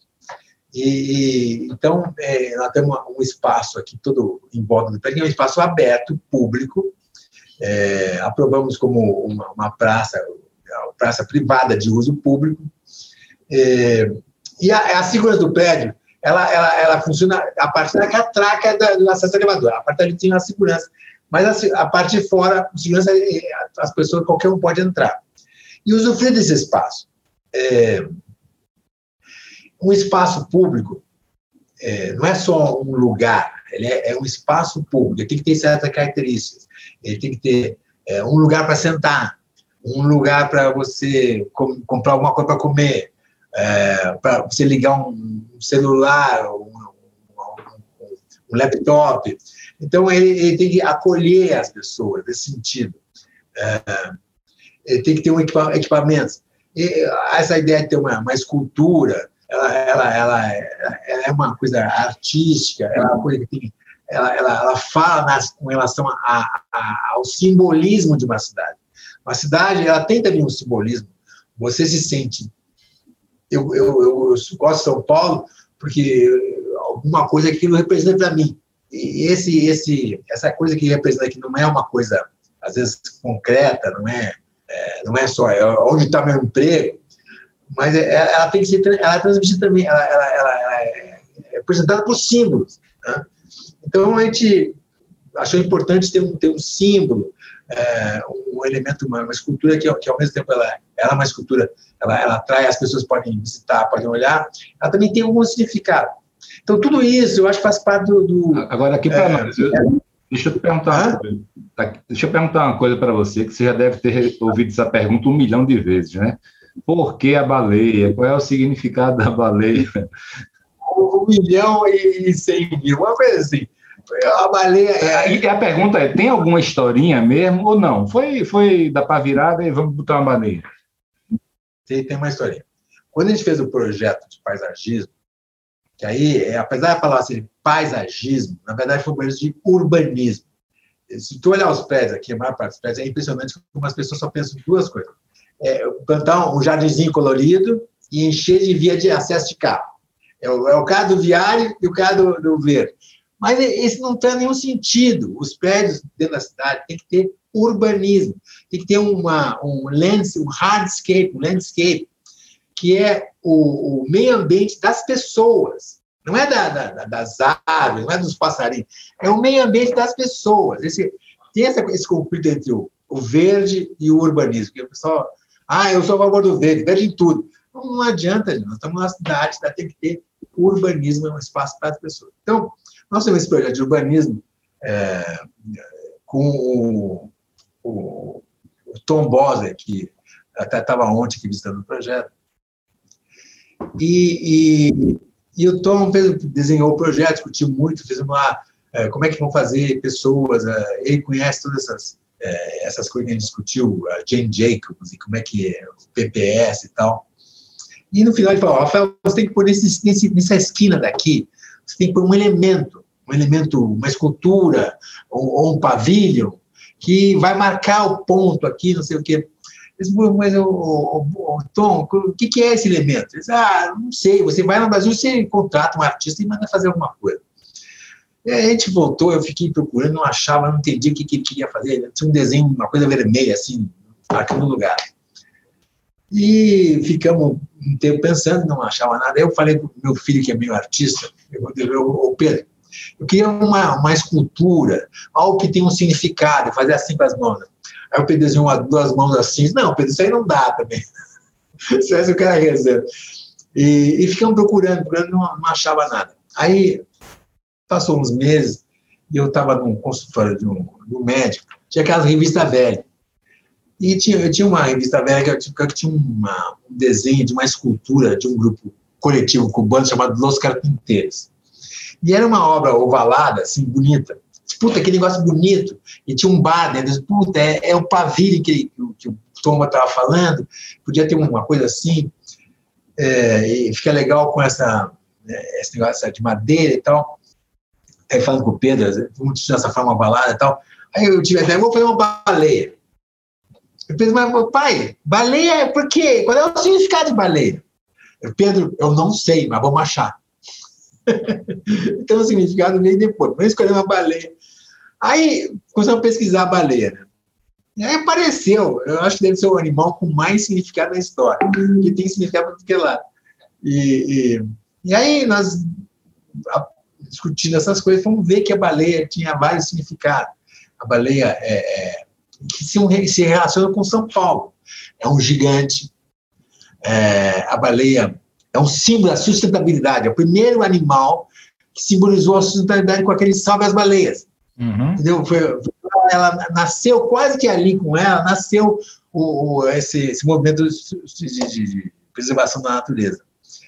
E, então, é, nós temos um espaço aqui todo em volta do prédio, é um espaço aberto, público, é, aprovamos como uma, uma praça, uma praça privada de uso público, é, e a, a segurança do prédio, ela, ela, ela funciona a partir da catraca da, do acesso ao elevador, a parte ali tem a segurança, mas a, a parte de fora, a segurança, as pessoas, qualquer um pode entrar. E usufruir desse espaço. É, um espaço público é, não é só um lugar, ele é, é um espaço público, ele tem que ter certas características, ele tem que ter é, um lugar para sentar, um lugar para você com, comprar alguma coisa para comer, é, para você ligar um celular, um, um, um laptop. Então, ele, ele tem que acolher as pessoas nesse sentido. É, ele tem que ter um equipa, equipamento. E essa ideia de ter uma, uma escultura, Ela, ela, ela, ela é uma coisa artística, ela é uma coisa que tem, ela, ela, ela fala nas, com relação a, a, ao simbolismo de uma cidade. Uma cidade, ela tem também um simbolismo. Você se sente... Eu, eu, eu, eu gosto de São Paulo porque alguma coisa que aquilo representa para mim. E esse, esse, essa coisa que representa aqui não é uma coisa, às vezes, concreta, não é, é, não é só é onde está meu emprego, mas ela tem que ser, ela é transmitida também, ela, ela, ela, ela é representada por símbolos, né? Então, a gente achou importante ter um, ter um símbolo, é, um elemento, uma, uma escultura que, que, ao mesmo tempo, ela, ela é uma escultura, ela, ela atrai, as pessoas podem visitar, podem olhar, ela também tem algum significado. Então, tudo isso, eu acho que faz parte do... do Agora, aqui para é, nós, eu, é, deixa eu perguntar, ah? deixa eu perguntar uma coisa para você, que você já deve ter ouvido essa pergunta um milhão de vezes, né? Por que a baleia? Qual é o significado da baleia? Um milhão e cem mil, uma coisa assim. A baleia... É... E a pergunta é, tem alguma historinha mesmo ou não? Foi, foi da pá virada e vamos botar uma baleia? Tem, tem uma historinha. Quando a gente fez o projeto de paisagismo, que aí, apesar de falar assim, paisagismo, na verdade foi um projeto de urbanismo. Se tu olhar os prédios aqui, a maior parte dos prédios, é impressionante como as pessoas só pensam em duas coisas. É, plantar um jardinzinho colorido e encher de via de acesso de carro. É o, é o caso do viário e o caso do, do verde. Mas esse não tem nenhum sentido. Os prédios dentro da cidade tem que ter urbanismo, tem que ter uma, um, lands, um hardscape, um landscape, que é o, o meio ambiente das pessoas. Não é da, da, das aves, não é dos passarinhos. É o meio ambiente das pessoas. Esse, tem essa, esse conflito entre o, o verde e o urbanismo. Que o pessoal, ah, eu sou a favor do verde, verde em tudo. Não, não adianta, gente. Nós estamos numa cidade, tá? Tem que ter urbanismo, é um espaço para as pessoas. Então, nós temos esse projeto de urbanismo é, com o, o, o Tom Boser, que até estava ontem aqui visitando o projeto. E, e, e o Tom fez, desenhou o projeto, discutiu muito, fez uma... É, como é que vão fazer pessoas... É, ele conhece todas essas, é, essas coisas que a gente discutiu, a Jane Jacobs, e como é que é o P P S e tal. E no final ele falou, Rafael, você tem que pôr nesse, nesse, nessa esquina daqui, você tem que pôr um elemento, um elemento, uma escultura, ou, ou um pavilhão, que vai marcar o ponto aqui, não sei o quê. Disse, mas, o, o, o, Tom, o que, que é esse elemento? Ele disse, ah, não sei, você vai no Brasil, você contrata um artista e manda fazer alguma coisa. E aí a gente voltou, eu fiquei procurando, não achava, não entendia o que, que ele queria fazer. Tinha um desenho, uma coisa vermelha, assim, marcando o lugar. E ficamos um tempo pensando, não achava nada. Aí eu falei para o meu filho, que é meio artista, eu falei, ô Pedro, eu queria uma, uma escultura, algo que tenha um significado, fazer assim com as mãos. Aí o Pedro desenhou duas mãos assim, não, Pedro, isso aí não dá também. Isso aí o cara reserva. E, e ficamos procurando, procurando, não, não achava nada. Aí passou uns meses, e eu estava num consultório de um, de um médico, tinha aquelas revistas velhas. E tinha, eu tinha uma revista velha que, que tinha uma, um desenho de uma escultura de um grupo coletivo cubano chamado Los Carpinteiros. E era uma obra ovalada, assim, bonita. Puta, que negócio bonito. E tinha um bar dentro. Puta, é, é o pavilhão que, que, que o Tom estava falando. Podia ter uma coisa assim. É, e fica legal com essa, esse negócio de madeira e tal. Aí falando com o Pedro, vamos tirar essa forma balada e tal. Aí eu tive até, vou fazer uma baleia. Eu pensei, mas pai, baleia, por quê? Qual é o significado de baleia? Eu, Pedro, eu não sei, mas vamos achar. Então o significado veio depois. Vamos escolher uma baleia. Aí começamos a pesquisar a baleia. Né? E aí apareceu, eu acho que deve ser o animal com mais significado na história, que tem significado para tudo lado. E, e, e aí nós, discutindo essas coisas, fomos ver que a baleia tinha vários significados. A baleia é, é, que se, se relaciona com São Paulo. É um gigante. É, a baleia é um símbolo da sustentabilidade. É o primeiro animal que simbolizou a sustentabilidade com aquele salve às baleias. Uhum. Entendeu? Foi, ela nasceu, quase que ali com ela, nasceu o, o, esse, esse movimento de, de, de preservação da natureza.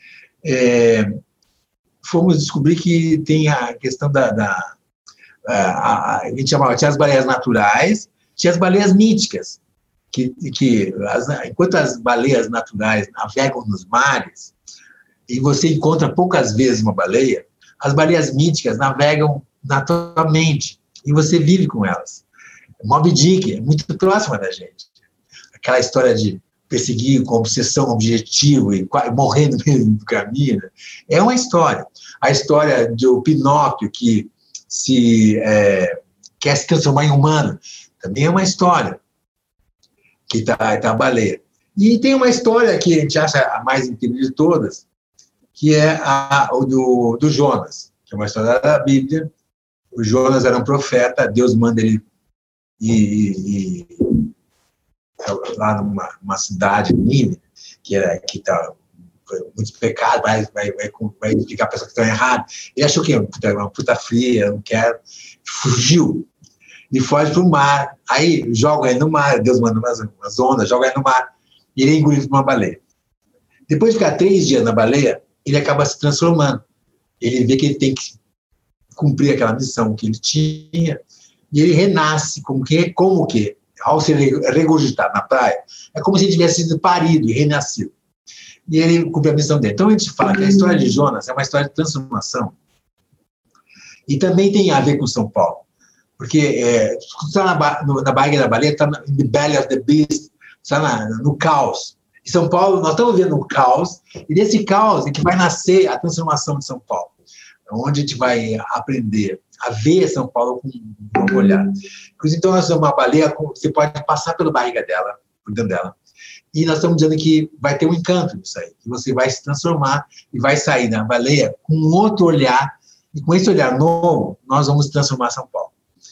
É, fomos descobrir que tem a questão da... da a, a, a gente chamava, tinha as baleias naturais, tinha as baleias míticas, que, que as, enquanto as baleias naturais navegam nos mares, e você encontra poucas vezes uma baleia, as baleias míticas navegam naturalmente, e você vive com elas. Moby Dick é muito próxima da gente. Aquela história de perseguir com obsessão, objetivo, e morrer no meio do caminho, é uma história. A história do Pinóquio, que se, é, quer se transformar em humano, também é uma história, que está tá a baleia. E tem uma história que a gente acha a mais incrível de todas, que é a, a do, do Jonas, que é uma história da Bíblia. O Jonas era um profeta, Deus manda ele ir, ir, ir lá numa uma cidade, Nínive, que era que está muitos pecados, vai, vai, vai, vai explicar a pessoa que está errada. Ele achou que era uma puta, uma puta fria, não quero. Fugiu. E foge para o mar. Aí joga ele no mar, Deus manda umas, umas ondas, joga ele no mar, e ele é engolido por uma baleia. Depois de ficar três dias na baleia, ele acaba se transformando. Ele vê que ele tem que cumprir aquela missão que ele tinha, e ele renasce, como que, como que ao ser regurgitado na praia, é como se ele tivesse sido parido e renascido. E ele cumpre a missão dele. Então a gente fala que a história de Jonas é uma história de transformação. E também tem a ver com São Paulo. Porque é, está na, na barriga da baleia, está in the belly of the beast, está no caos. E São Paulo, nós estamos vendo um caos, e desse caos é que vai nascer a transformação de São Paulo, onde a gente vai aprender a ver São Paulo com um olhar. Então, nós temos uma baleia, você pode passar pela barriga dela, por dentro dela, E nós estamos dizendo que vai ter um encanto nisso aí, que você vai se transformar e vai sair da baleia com um outro olhar, e com esse olhar novo, nós vamos transformar São Paulo.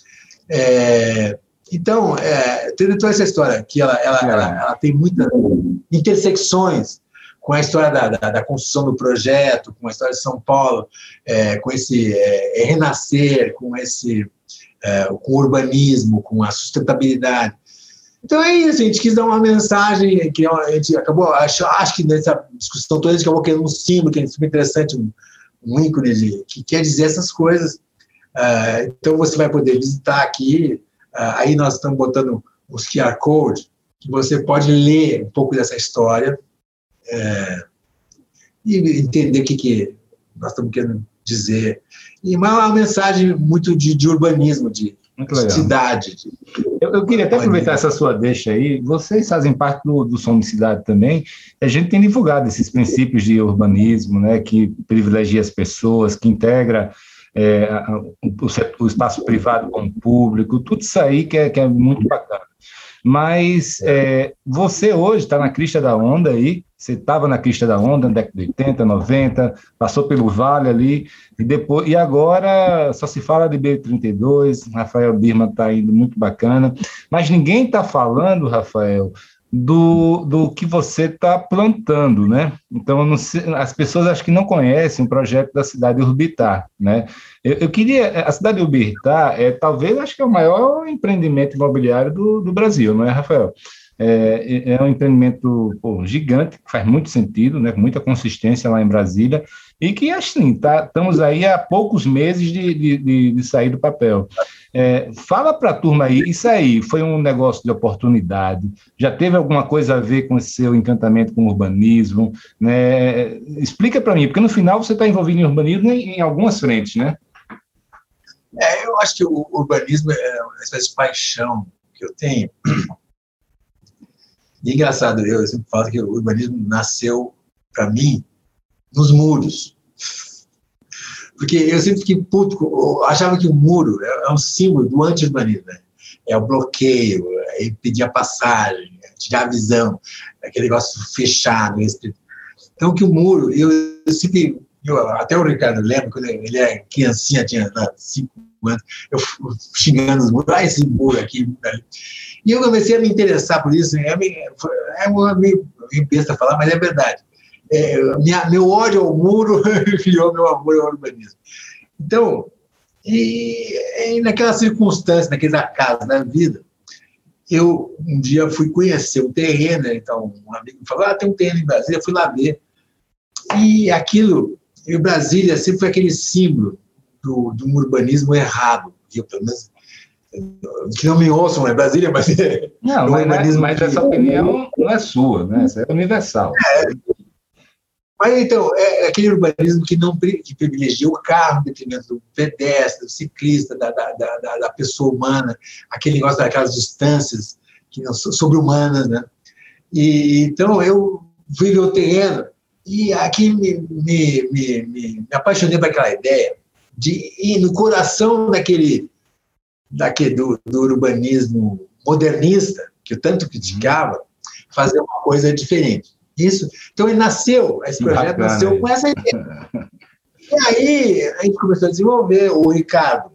É, então, é, tendo toda essa história, que ela, ela, ela, ela tem muitas intersecções com a história da, da, da construção do projeto, com a história de São Paulo, é, com esse é, renascer, com esse é, com o urbanismo, com a sustentabilidade. Então é isso, a gente quis dar uma mensagem que a gente acabou, acho, acho que nessa discussão toda a gente acabou querendo um símbolo que é super interessante, um, um ícone de, que quer dizer essas coisas. Uh, então você vai poder visitar aqui, uh, aí nós estamos botando os Q R Code, que você pode ler um pouco dessa história, É, e entender o que, que nós estamos querendo dizer. E uma, uma mensagem muito de, de urbanismo, de, de cidade. De... Eu, eu queria até aproveitar essa sua deixa aí. Vocês fazem parte do, do Somos Cidade também. A gente tem divulgado esses princípios de urbanismo, né, que privilegia as pessoas, que integra é, o, o espaço privado com o público, tudo isso aí que é, que é muito bacana. Mas é, você hoje está na crista da onda aí, você estava na crista da onda na década de oitenta, noventa, passou pelo vale ali, e, depois, e agora só se fala de B trinta e dois, Rafael Birman está indo muito bacana, mas ninguém está falando, Rafael, do, do que você está plantando, né? Então, não sei, as pessoas acho que não conhecem o projeto da cidade Urbitar, né? Eu, eu queria, a cidade Urbitar é talvez, acho que é o maior empreendimento imobiliário do, do Brasil, não é, Rafael? É, é um empreendimento pô, gigante, que faz muito sentido, né, com muita consistência lá em Brasília, e que, assim, tá, estamos aí há poucos meses de, de, de, de sair do papel. É, fala para a turma aí, isso aí foi um negócio de oportunidade, já teve alguma coisa a ver com esse seu encantamento com o urbanismo, né? Explica para mim, porque no final você está envolvido em urbanismo em, em algumas frentes, né? É, eu acho que o urbanismo é uma espécie de paixão que eu tenho. E é engraçado, eu sempre falo que o urbanismo nasceu, para mim, nos muros. Porque eu sempre fiquei puto, eu achava que o muro é um símbolo do anti-urbanismo, né? É o bloqueio, é impedir a passagem, é tirar a visão, é aquele negócio fechado. Então, que o muro, eu, eu sempre, eu, até o Ricardo lembra, quando ele era criancinha, tinha cinco anos, eu xingando os muros, ah, esse muro aqui, ali. E eu comecei a me interessar por isso, é meio, é meio, meio besta falar, mas é verdade. É, minha, meu ódio ao muro criou meu amor ao urbanismo. Então, e, e naquela circunstância, naqueles acasos da vida, eu um dia fui conhecer um terreno, então um amigo me falou, ah, tem um terreno em Brasília, eu fui lá ver. E aquilo, em Brasília sempre foi aquele símbolo do, do urbanismo errado, eu, pelo menos, que não me ouçam, é Brasília, mas... Não, mas, mas, mas essa opinião não é sua, né? Essa é universal. É, mas, então, é aquele urbanismo que não que privilegia o carro, em detrimento do pedestre, do ciclista, da, da, da, da pessoa humana, aquele negócio daquelas distâncias que não são sobre-humanas, né? E, então, eu fui ver o terreno e aqui me, me, me, me, me apaixonei por aquela ideia de ir no coração daquele, daquele do, do urbanismo modernista, que eu tanto criticava, fazer uma coisa diferente. Isso. Então, ele nasceu, esse projeto Bacana, nasceu com essa ideia. E aí, a gente começou a desenvolver o Ricardo.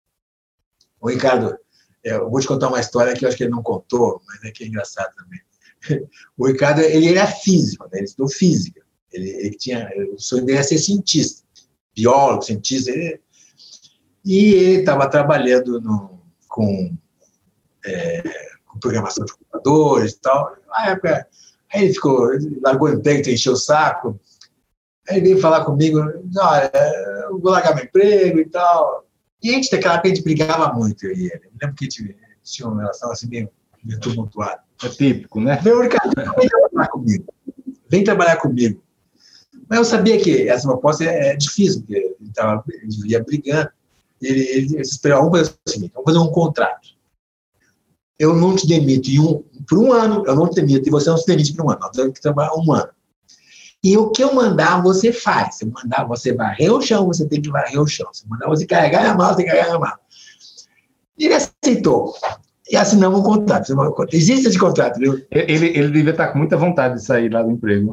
O Ricardo, eu vou te contar uma história que eu acho que ele não contou, mas é que é engraçado também. O Ricardo, ele era físico, né? Ele estudou física. Ele, ele tinha, o sonho dele era ser cientista, biólogo, cientista. Ele, e ele estava trabalhando no, com, é, com programação de computadores e tal. Na época, aí ele ficou, ele largou o emprego, encheu o saco. Aí ele veio falar comigo, olha, eu vou largar meu emprego e tal. E a gente, naquela época, a gente brigava muito, eu e ele. Eu lembro que a gente tinha uma relação assim meio, meio tumultuada. É típico, né? Meu Ricardo, vem trabalhar comigo. Vem trabalhar comigo. Mas eu sabia que essa proposta é difícil, porque ele, tava, ele ia brigando. Ele, ele, ele esperava, vamos fazer o seguinte, vamos fazer um contrato. Eu não te demito em um, por um ano, eu não te demito, e você não se demite por um ano. Nós temos que trabalhar um ano. E o que eu mandar, você faz. Se eu mandar você varrer o chão, você tem que varrer o chão. Se eu mandar você carregar a mala, você tem que carregar a mala. E ele aceitou. e assinamos um contrato. Existe esse contrato, viu? Ele, ele devia estar com muita vontade de sair lá do emprego.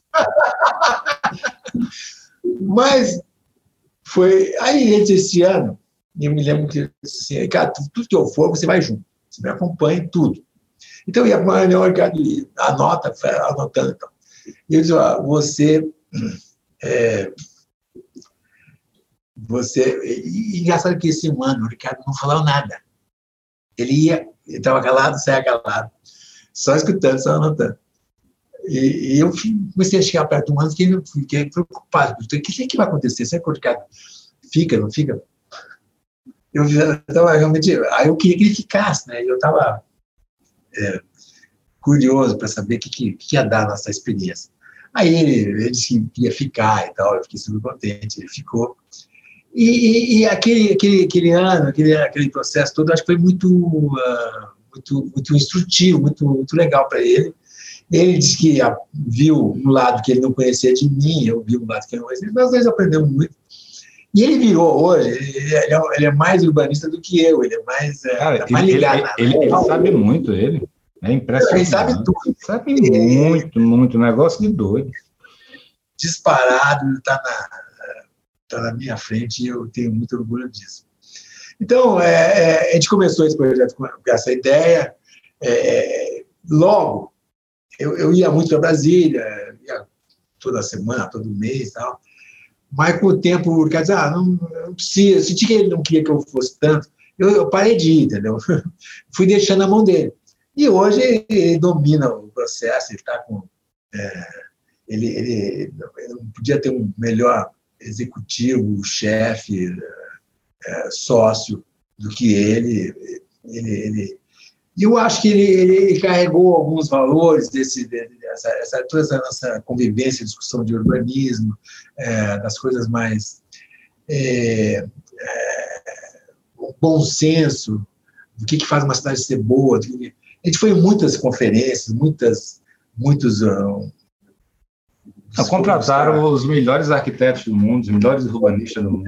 Mas foi... Aí, entre esse ano, eu me lembro que eu disse assim, cara, tudo que eu for, você vai junto. Você me acompanha em tudo. Então, eu ia para a reunião, o Ricardo anota, anotando. Então. E eu disse, ó, você... É, você... E engraçado que esse ano, o Ricardo não falava nada. Ele ia, ele estava calado, saia calado. Só escutando, só anotando. E, e eu comecei a chegar perto de um ano, fiquei, fiquei preocupado. O que, que vai acontecer? Será que o Ricardo fica, não fica? Eu estava realmente... Aí eu queria que ele ficasse, né? Eu estava é, curioso para saber o que, que, que ia dar nessa experiência. Aí ele, ele disse que queria ficar e tal, eu fiquei super contente, ele ficou. E, e, e aquele, aquele, aquele ano, aquele, aquele processo todo, acho que foi muito, uh, muito, muito instrutivo, muito, muito legal para ele. Ele disse que viu um lado que ele não conhecia de mim, eu vi um lado que ele não conhecia, mas às vezes aprendemos muito. E ele virou hoje, ele é, ele é mais urbanista do que eu, ele é mais, Cara, é mais ele, ligado. Ele, ele, ele sabe muito, ele. É impressionante. Ele sabe tudo. Sabe muito, muito. Negócio de doido. Disparado, ele está na, tá na minha frente e eu tenho muito orgulho disso. Então, é, é, a gente começou esse projeto com essa ideia. É, logo, eu, eu ia muito para Brasília, ia toda semana, todo mês e tal. Mas com o tempo, quer dizer, ah, não, não precisa, eu senti que ele não queria que eu fosse tanto, eu, eu parei de ir, entendeu? Fui deixando na mão dele. E hoje ele domina o processo, ele está com... É, ele, ele, ele não podia ter um melhor executivo, chefe, é, sócio do que ele. ele, ele e eu acho que ele, ele carregou alguns valores desse, dessa, essa, toda essa nossa convivência, discussão de urbanismo, é, das coisas mais... É, é, o bom senso, do que, que faz uma cidade ser boa. Do que, a gente foi em muitas conferências, muitas, muitos... Uh, Não, contrataram os melhores arquitetos do mundo, os melhores urbanistas do mundo.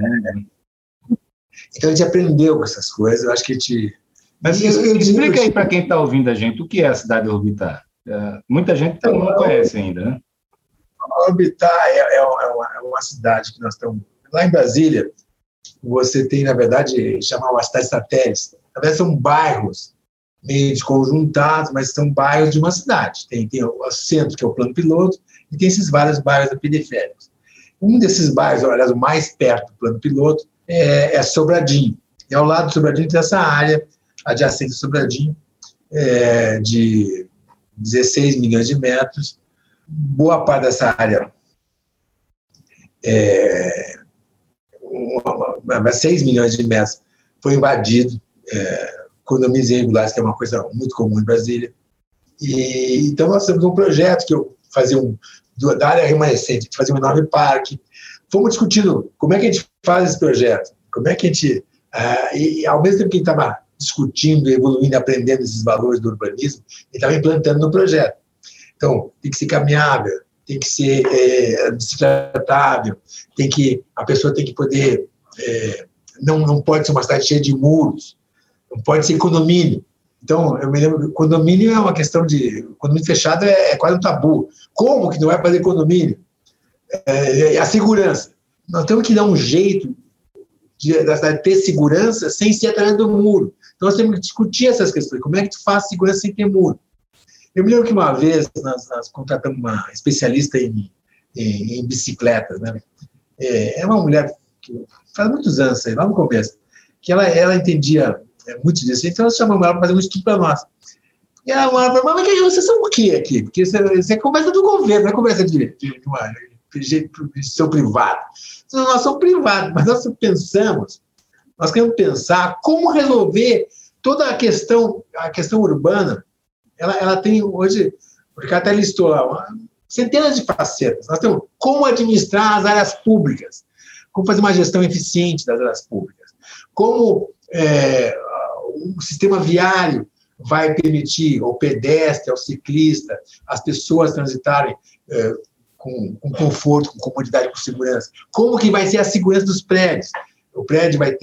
Então, a gente aprendeu com essas coisas, eu acho que a gente... Mas eu, eu, explica aí para quem está ouvindo a gente o que é a cidade Orbitar. É, muita gente então, não conhece ainda, né? A Orbitar é, é, uma, é uma cidade que nós estamos... Lá em Brasília, você tem, na verdade, chamar uma cidade satélite. Na verdade, são bairros meio desconjuntados, mas são bairros de uma cidade. Tem, tem o centro, que é o plano piloto, e tem esses vários bairros periféricos. Um desses bairros, aliás, o mais perto do plano piloto, é, é Sobradinho. E ao lado do Sobradinho tem essa área adjacente ao Sobradinho, é, de dezesseis milhões de metros. Boa parte dessa área, é, uma, uma, seis milhões de metros, foi invadido, é, condomínios irregulares, que é uma coisa muito comum em Brasília. E, então, nós temos um projeto que eu fazia um, da área remanescente, de fazer um enorme parque. Fomos discutindo como é que a gente faz esse projeto, como é que a gente... Uh, e, ao mesmo tempo que a gente estava discutindo, evoluindo, aprendendo esses valores do urbanismo, a gente estava implantando no projeto. Então, tem que ser caminhável, tem que ser é, bicicletável, tem que, a pessoa tem que poder... É, não, não pode ser uma cidade cheia de muros, não pode ser condomínio. Então, eu me lembro que condomínio é uma questão de... Condomínio fechado é, é quase um tabu. Como que não vai fazer condomínio? É, é a segurança. Nós temos que dar um jeito de, da cidade ter segurança sem ser através do muro. Então, nós temos que discutir essas questões. Como é que tu faz segurança sem ter muro? Eu me lembro que uma vez nós, nós contratamos uma especialista em, em, em bicicletas, né? É, é uma mulher que faz muitos anos, aí, lá no começo, que ela, ela entendia muito disso. Então, nós chamamos ela para fazer um estudo para nós. E ela falou, mas vocês são o quê aqui? Porque isso é conversa do governo, não é conversa de, de, de, uma, de, de seu privado. Nós somos privados, mas nós pensamos, nós queremos pensar como resolver toda a questão, a questão urbana. Ela, ela tem hoje, o Ricardo até listou lá, uma, centenas de facetas. Nós temos como administrar as áreas públicas, como fazer uma gestão eficiente das áreas públicas, como é, o sistema viário vai permitir ao pedestre, ao ciclista, as pessoas transitarem é, com, com conforto, com comodidade, com segurança. Como que vai ser a segurança dos prédios? O prédio vai ter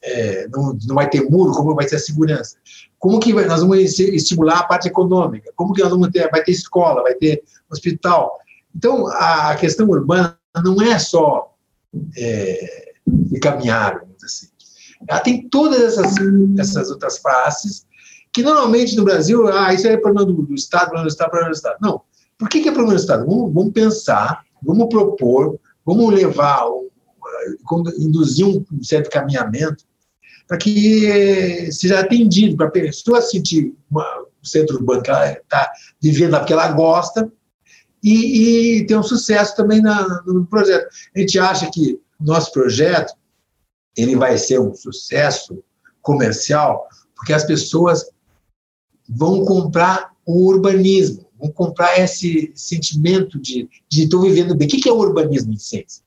é, não, não vai ter muro, como vai ser a segurança? Como que vai, nós vamos estimular a parte econômica? Como que nós vamos ter? Vai ter escola, vai ter hospital? Então, a, a questão urbana não é só é, caminhar, vamos dizer assim. Ela tem todas essas, essas outras faces que normalmente no Brasil, ah, isso é problema do, do Estado, problema do Estado, problema do Estado. Não. Por que, que é problema do Estado? Vamos, vamos pensar, vamos propor, vamos levar, induzir um certo caminhamento para que seja atendido, para a pessoa sentir uma, o centro urbano que ela está vivendo lá porque ela gosta e, e ter um sucesso também na, no projeto. A gente acha que o nosso projeto ele vai ser um sucesso comercial porque as pessoas vão comprar o urbanismo, vão comprar esse sentimento de estou vivendo bem. O que é o urbanismo em ciência?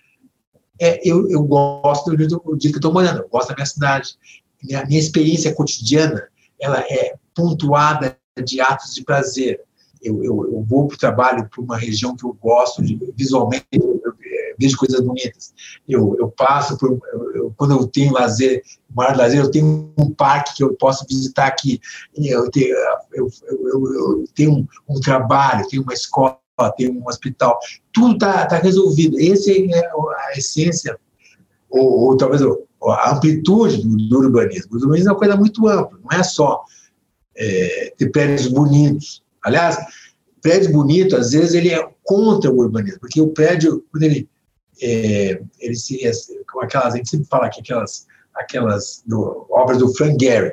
É, eu, eu gosto do, do dia que estou morando, eu gosto da minha cidade. Minha, minha experiência cotidiana ela é pontuada de atos de prazer. Eu, eu, eu vou para o trabalho para uma região que eu gosto, de, visualmente, eu, eu vejo coisas bonitas. Eu, eu passo por... Eu, eu, quando eu tenho lazer, maior lazer, eu tenho um parque que eu posso visitar aqui. Eu tenho, eu, eu, eu, eu tenho um, um trabalho, tenho uma escola, tem um hospital, tudo está tá resolvido. Essa é a essência, ou, ou talvez a amplitude do, do urbanismo. O urbanismo é uma coisa muito ampla, não é só é, ter prédios bonitos. Aliás, prédio bonito, às vezes, ele é contra o urbanismo, porque o prédio, quando ele, é, ele se, é, com aquelas, a gente sempre fala que aquelas, aquelas do, obras do Frank Gehry,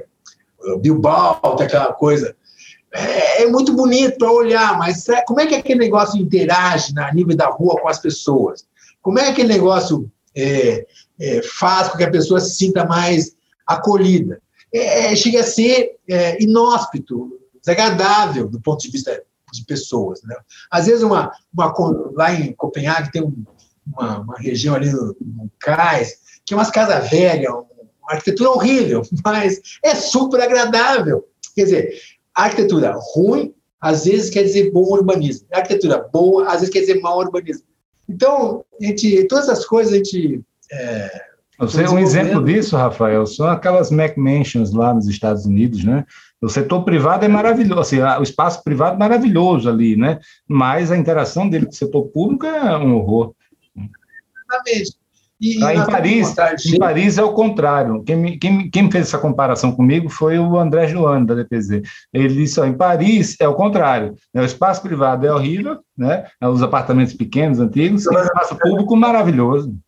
Bilbao, tem aquela coisa. É, é muito bonito para olhar, mas é, como é que aquele negócio interage na nível da rua com as pessoas? Como é que aquele negócio é, é, faz com que a pessoa se sinta mais acolhida? É, chega a ser é, inóspito, desagradável do ponto de vista de pessoas, né? Às vezes, uma, uma, lá em Copenhague tem um, uma, uma região ali no, no Cais, que é umas casas velhas, uma arquitetura horrível, mas é super agradável. Quer dizer, a arquitetura ruim, às vezes, quer dizer bom urbanismo. A arquitetura boa, às vezes, quer dizer mau urbanismo. Então, a gente, todas essas coisas a gente... É, Você é um exemplo disso, Rafael, são aquelas McMansions lá nos Estados Unidos, né? O setor privado é maravilhoso, assim, o espaço privado é maravilhoso ali, né? Mas a interação dele com o setor público é um horror. Exatamente. E, ah, em, Paris, em Paris é o contrário. Quem me, quem, quem fez essa comparação comigo foi o André Joano, da D P Z. Ele disse, ó, em Paris é o contrário. O espaço privado é horrível, né? Os apartamentos pequenos, antigos, e o espaço público maravilhoso.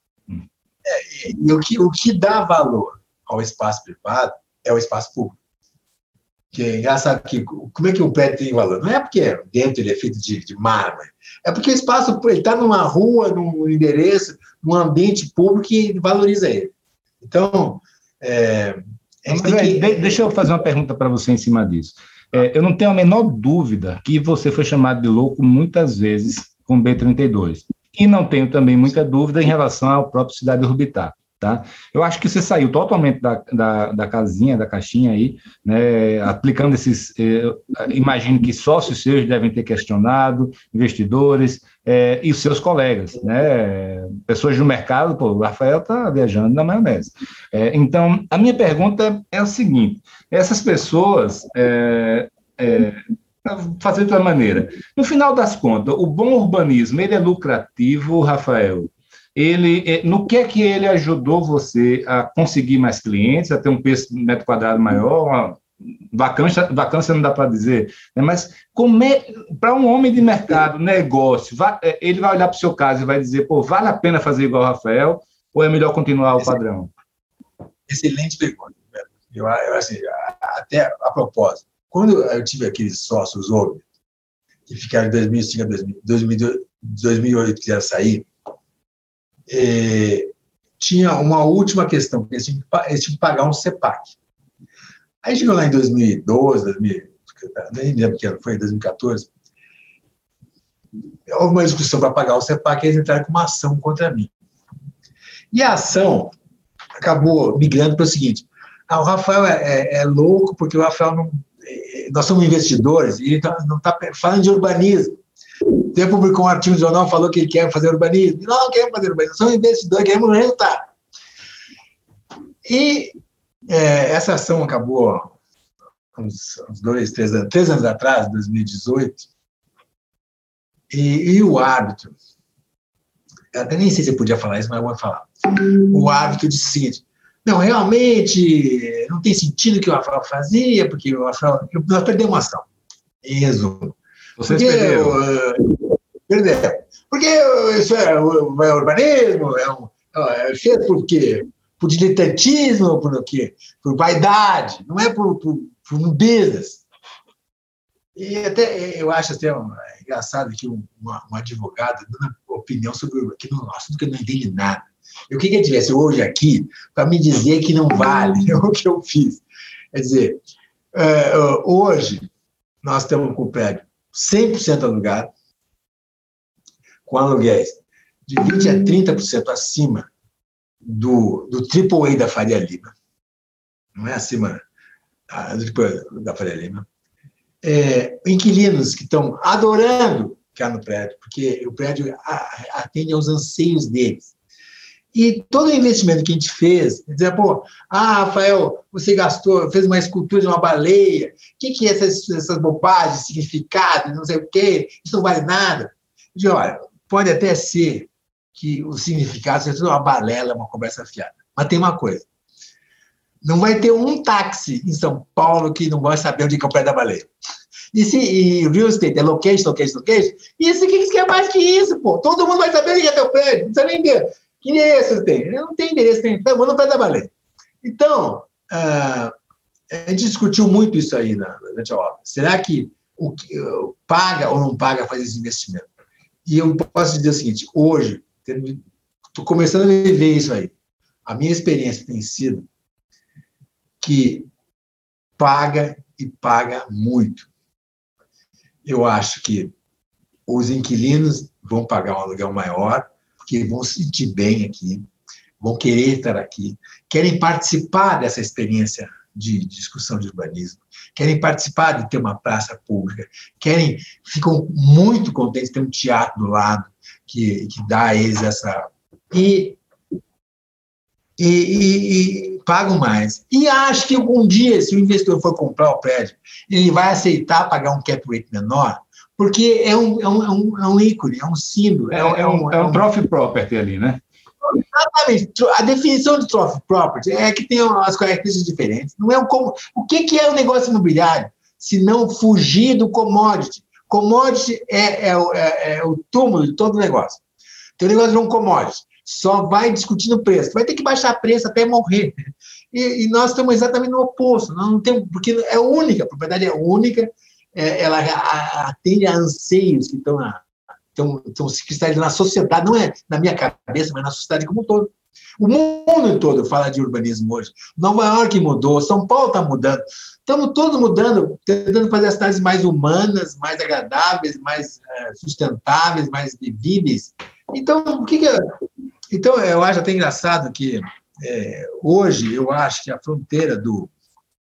É, e o que, o que dá valor ao espaço privado é o espaço público. Que é engraçado que como é que um prédio tem valor? Não é porque dentro ele é feito de, de mármore, é porque o espaço está numa rua, num endereço, num ambiente público que valoriza ele. Então, é, Mas, que... de, deixa eu fazer uma pergunta para você em cima disso. É, eu não tenho a menor dúvida que você foi chamado de louco muitas vezes com B trinta e dois. E não tenho também muita dúvida em relação ao próprio Cidade Orbitar. Tá? Eu acho que você saiu totalmente da, da, da casinha, da caixinha aí, né, aplicando esses... Eh, imagino que sócios seus devem ter questionado, investidores eh, e os seus colegas, né, pessoas do mercado. Pô, o Rafael está viajando na maionese. Eh, então, a minha pergunta é o seguinte, essas pessoas... Eh, eh, fazer de outra maneira. No final das contas, o bom urbanismo, ele é lucrativo, Rafael? Ele, no que é que ele ajudou você a conseguir mais clientes, a ter um preço de metro quadrado maior, uma vacância, vacância não dá para dizer, né? Mas como é, para um homem de mercado, negócio, vai, ele vai olhar para o seu caso e vai dizer, pô, vale a pena fazer igual o Rafael, ou é melhor continuar o padrão? Excelente pergunta. Eu, eu, assim, até a propósito, quando eu tive aqueles sócios ouro, que ficaram de dois mil e cinco a dois mil e oito, que quiseram sair, é, tinha uma última questão, porque eles tinham, eles tinham que pagar um CEPAC. Aí chegou lá em dois mil e doze, dois mil, nem lembro que era, foi em dois mil e quatorze, houve uma discussão para pagar o CEPAC e eles entraram com uma ação contra mim. E a ação acabou migrando para o seguinte, ah, o Rafael é, é, é louco porque o Rafael não... Nós somos investidores e ele não está falando de urbanismo. Até publicou um artigo no jornal, falou que ele quer fazer urbanismo. Não, não queremos fazer urbanismo, somos investidores, queremos resultado. E é, essa ação acabou uns, uns dois, três anos, três anos atrás, dois mil e dezoito, e, e o árbitro, eu até nem sei se eu podia falar isso, mas eu vou falar. O árbitro disse o seguinte: não, realmente não tem sentido o que o Rafael fazia, porque o Rafael, nós perdemos uma ação, em resumo. Vocês porque, perderam? Uh, perderam. Porque isso é, é urbanismo, é, um, é feito por quê? Por diletantismo, por quê? Por vaidade, não é por, por, por um business. E até eu acho até um, é engraçado que um, uma, uma advogada dando opinião sobre aqui no assunto que eu não entendi nada. Eu queria que ele estivesse hoje aqui para me dizer que não vale o que eu fiz. Quer dizer, uh, hoje nós estamos com o prédio cem por cento alugado, com aluguéis de vinte por cento a trinta por cento acima do, do triplo A da Faria Lima. Não é acima ah, do triplo A da Faria Lima. É, inquilinos que estão adorando ficar no prédio, porque o prédio atende aos anseios deles. E todo o investimento que a gente fez, dizer, pô, ah, Rafael, você gastou, fez uma escultura de uma baleia, o que, que é essas, essas bobagens, significado, não sei o quê, isso não vale nada. Eu digo, olha, pode até ser que o significado seja uma balela, uma conversa fiada, mas tem uma coisa, não vai ter um táxi em São Paulo que não vai saber onde é o pé da baleia. E se e real estate é location, location, location, e isso, o que quer mais que isso, pô? Todo mundo vai saber onde é teu prédio, não precisa nem ver. Que endereço tem? Não tem endereço, tem. Vou no pé da baleia. Então, uh, a gente discutiu muito isso aí na, na obra. Será que o que uh, paga ou não paga fazer esse investimento? E eu posso dizer o seguinte: hoje, estou começando a viver isso aí. A minha experiência tem sido que paga e paga muito. Eu acho que os inquilinos vão pagar um aluguel maior, que vão se sentir bem aqui, vão querer estar aqui, querem participar dessa experiência de discussão de urbanismo, querem participar de ter uma praça pública, querem, ficam muito contentes de ter um teatro do lado, que, que dá a eles essa... E, e, e, e pagam mais. E acho que um dia, se o investidor for comprar o prédio, ele vai aceitar pagar um cap rate menor, porque é um, é um, é um, é um ícone, é um símbolo. É, é, um, é um trophy property ali, né? Exatamente. A definição de trophy property é que tem as características diferentes. Não é um, o que é o negócio imobiliário? Se não fugir do commodity. Commodity é, é, é, é o túmulo de todo o negócio. Então, o negócio é um commodity. Só vai discutindo preço. Vai ter que baixar preço até morrer. E, e nós estamos exatamente no oposto. Nós não temos, porque é única, a propriedade é única, é, ela atende a anseios que estão, na, estão, estão se cristalizando na sociedade, não é na minha cabeça, mas na sociedade como um todo. O mundo todo fala de urbanismo hoje. Nova York mudou, São Paulo está mudando. Estamos todos mudando, tentando fazer as cidades mais humanas, mais agradáveis, mais é, sustentáveis, mais vivíveis. Então, o que, que é? Então, eu acho até engraçado que é, hoje eu acho que a fronteira do,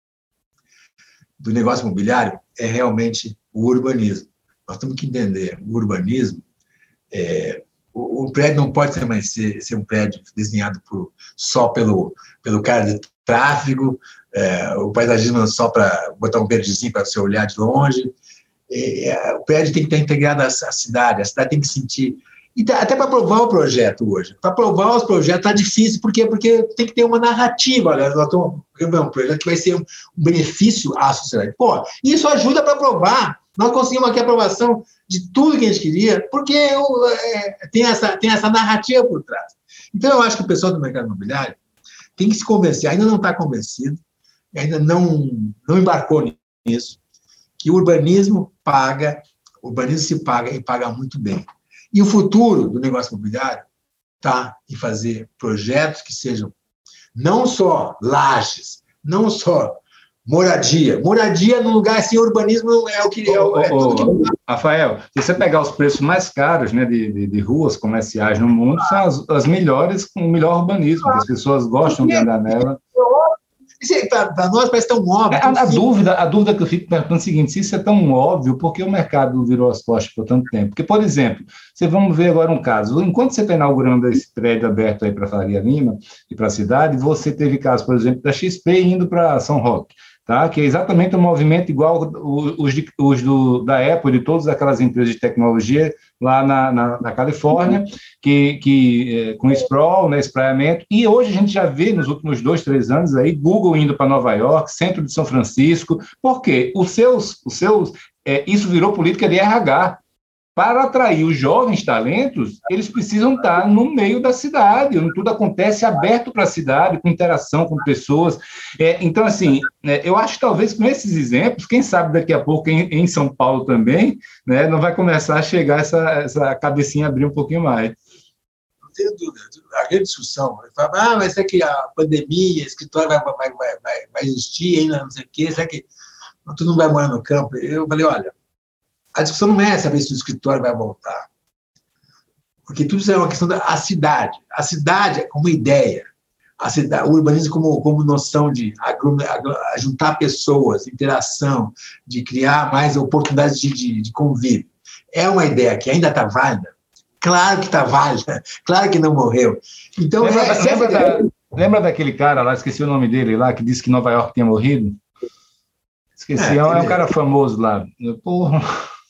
do negócio imobiliário é realmente o urbanismo. Nós temos que entender, o urbanismo, é, o, o prédio não pode ser mais ser, ser um prédio desenhado por, só pelo, pelo cara de tráfego, é, o paisagismo só para botar um verdezinho para você olhar de longe. É, o prédio tem que estar integrado à, à cidade, a cidade tem que sentir... E até para aprovar o projeto hoje. Para aprovar os projetos está difícil, por quê? Porque tem que ter uma narrativa. Olha, nós estamos um projeto que vai ser um benefício à sociedade. Pô, isso ajuda para aprovar. Nós conseguimos aqui a aprovação de tudo que a gente queria, porque é, tem, essa, tem essa narrativa por trás. Então, eu acho que o pessoal do mercado imobiliário tem que se convencer, ainda não está convencido, ainda não, não embarcou nisso, que o urbanismo paga, o urbanismo se paga e paga muito bem. E o futuro do negócio imobiliário está em fazer projetos que sejam não só lajes, não só moradia. Moradia num lugar assim, urbanismo não é o que... É, o, é ô, tudo que... Rafael, se você pegar os preços mais caros, né, de, de, de ruas comerciais no mundo, são as, as melhores com o melhor urbanismo, que as pessoas gostam de andar nela. Para nós parece tão óbvio. A, a, dúvida, a dúvida que eu fico perguntando é o seguinte, se isso é tão óbvio, por que o mercado virou as costas por tanto tempo? Porque, por exemplo, você vamos ver agora um caso, enquanto você está inaugurando esse prédio aberto aí para a Faria Lima e para a cidade, você teve caso, por exemplo, da X P indo para São Roque. Tá? Que é exatamente um movimento igual os, de, os do, da Apple, de todas aquelas empresas de tecnologia lá na, na, na Califórnia, que, que, com sprawl, né, espraiamento, e hoje a gente já vê nos últimos dois, três anos aí, Google indo para Nova York, centro de São Francisco, por quê? Os seus, os seus, é, isso virou política de R H. Para atrair os jovens talentos, eles precisam estar no meio da cidade, onde tudo acontece aberto para a cidade, com interação com pessoas. É, então, assim, é, eu acho que talvez com esses exemplos, quem sabe daqui a pouco em, em São Paulo também, né, não vai começar a chegar essa, essa cabecinha a abrir um pouquinho mais. Não tenho dúvida. A grande discussão, fala, ah, mas será que a pandemia, o escritório vai, vai, vai, vai, vai existir ainda, não sei o quê, será que tu não vai morar no campo? Eu falei, olha, a discussão não é saber se o escritório vai voltar, porque tudo isso é uma questão da a cidade. A cidade é como ideia, a cidade, o urbanismo como, como noção de juntar pessoas, interação, de criar mais oportunidades de, de, de convívio. É uma ideia que ainda está válida? Claro que está válida, claro que não morreu. Então, lembra, é, lembra, da, lembra daquele cara lá, esqueci o nome dele lá, que disse que Nova York tinha morrido? Esqueci, é, é um cara famoso lá. Porra...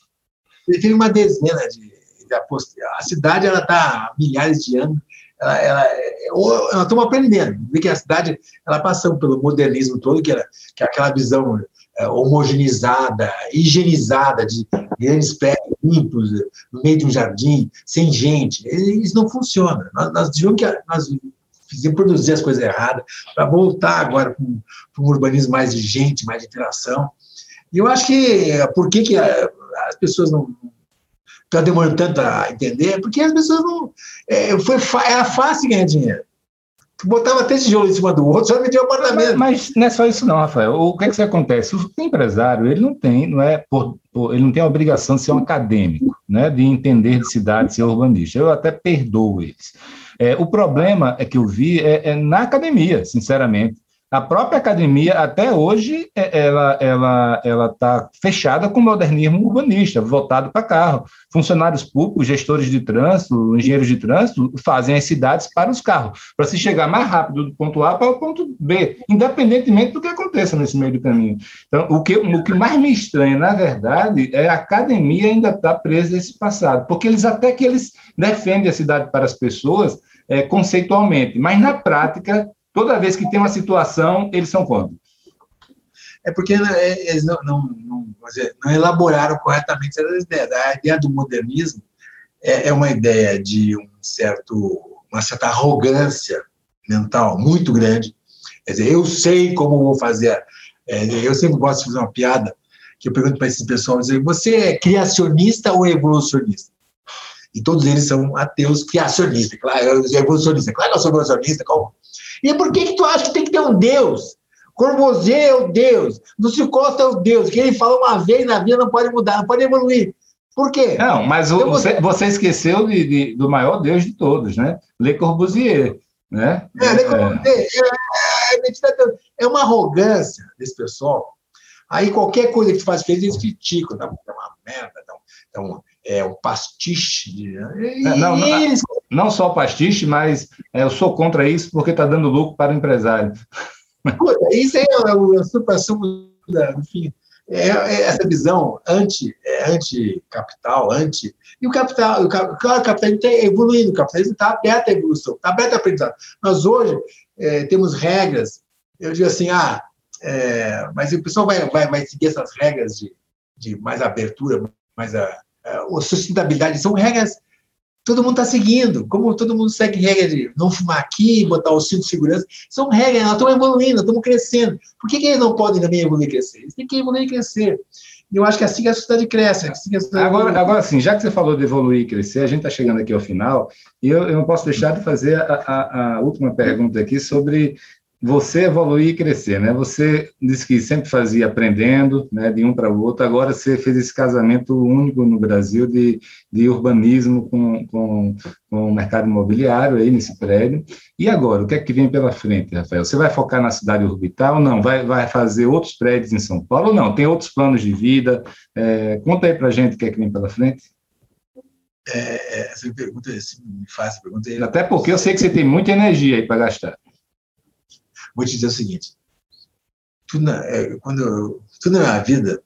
Ele teve uma dezena de, de apostas. A cidade ela está há milhares de anos. Ela, ela, ela estamos aprendendo. Vê que a cidade ela passou pelo modernismo todo, que, era, que é aquela visão é, homogeneizada, higienizada, de grandes prédios limpos, no meio de um jardim, sem gente. Isso não funciona. Nós, nós tivemos que nós fizemos produzir as coisas erradas para voltar agora para um, para um urbanismo mais de gente, mais de interação. E eu acho que por que, que as pessoas não estão demorando tanto a entender? Porque as pessoas não... É, foi, era fácil ganhar dinheiro. Tu botava três tijolos em cima do outro, só vendia o apartamento. Mas, mas não é só isso não, Rafael. O que é que isso acontece? O empresário, ele não tem, não é por, por, ele não tem a obrigação de ser um acadêmico, né, de entender de cidade, de ser urbanista. Eu até perdoo eles. É, o problema é que eu vi é, é na academia, sinceramente. A própria academia, até hoje, ela ela ela está fechada com o modernismo urbanista, voltado para carro. Funcionários públicos, gestores de trânsito, engenheiros de trânsito, fazem as cidades para os carros, para se chegar mais rápido do ponto A para o ponto B, independentemente do que aconteça nesse meio do caminho. Então, o que, o que mais me estranha, na verdade, é a academia ainda estar tá presa a esse passado, porque eles até que eles defendem a cidade para as pessoas é, conceitualmente, mas na prática, toda vez que tem uma situação, eles são contra. É porque eles não, não, não, dizer, não elaboraram corretamente essa ideia. A ideia do modernismo é, é uma ideia de um certo, uma certa arrogância mental muito grande. Quer dizer, eu sei como vou fazer. É, eu sempre gosto de fazer uma piada, que eu pergunto para esses pessoal, dizer, você é criacionista ou evolucionista? E todos eles são ateus criacionistas. Claro, evolucionista. Claro que eu sou evolucionista, como? E por que, que tu acha que tem que ter um Deus? Corbusier é o Deus, Lúcio Costa é o Deus, que ele fala uma vez na vida não pode mudar, não pode evoluir. Por quê? Não, mas o, você, você esqueceu de, de, do maior Deus de todos, né? Le Corbusier. Né? É, Le Corbusier é, é, é uma arrogância desse pessoal. Aí qualquer coisa que tu faz feliz, eles criticam, é uma merda, então, é um pastiche. De... É, não, não, eles... não só pastiche, mas é, eu sou contra isso porque está dando lucro para o empresário. Puta, isso aí é a superação, enfim, é, é essa visão anti, é, anti-capital, anti... E o capital, o, claro, o capitalismo está evoluindo, o capitalismo está aberto à evolução, está aberto à aprendizagem. Nós hoje é, temos regras, eu digo assim, ah, é, mas o pessoal vai, vai, vai seguir essas regras de, de mais abertura, mais a, a sustentabilidade, são regras todo mundo está seguindo, como todo mundo segue regra de não fumar aqui, botar o cinto de segurança, são regras, nós estamos evoluindo, nós estamos crescendo. Por que, que eles não podem também evoluir e crescer? Eles têm que evoluir e crescer. E eu acho que assim que a sociedade cresce. Assim a sociedade agora, agora sim, já que você falou de evoluir e crescer, a gente está chegando aqui ao final, e eu, eu não posso deixar de fazer a, a, a última pergunta aqui sobre você evoluir e crescer, né? Você disse que sempre fazia aprendendo, né, de um para o outro, agora você fez esse casamento único no Brasil de, de urbanismo com, com, com o mercado imobiliário aí nesse prédio. E agora, o que é que vem pela frente, Rafael? Você vai focar na cidade orbital ou não? Vai, vai fazer outros prédios em São Paulo ou não? Tem outros planos de vida? É, conta aí para a gente o que é que vem pela frente. É, essa pergunta, esse, me faz essa pergunta aí. Até porque eu sei que você tem muita energia aí para gastar. Vou te dizer o seguinte, tudo na, é, quando eu, tudo na minha vida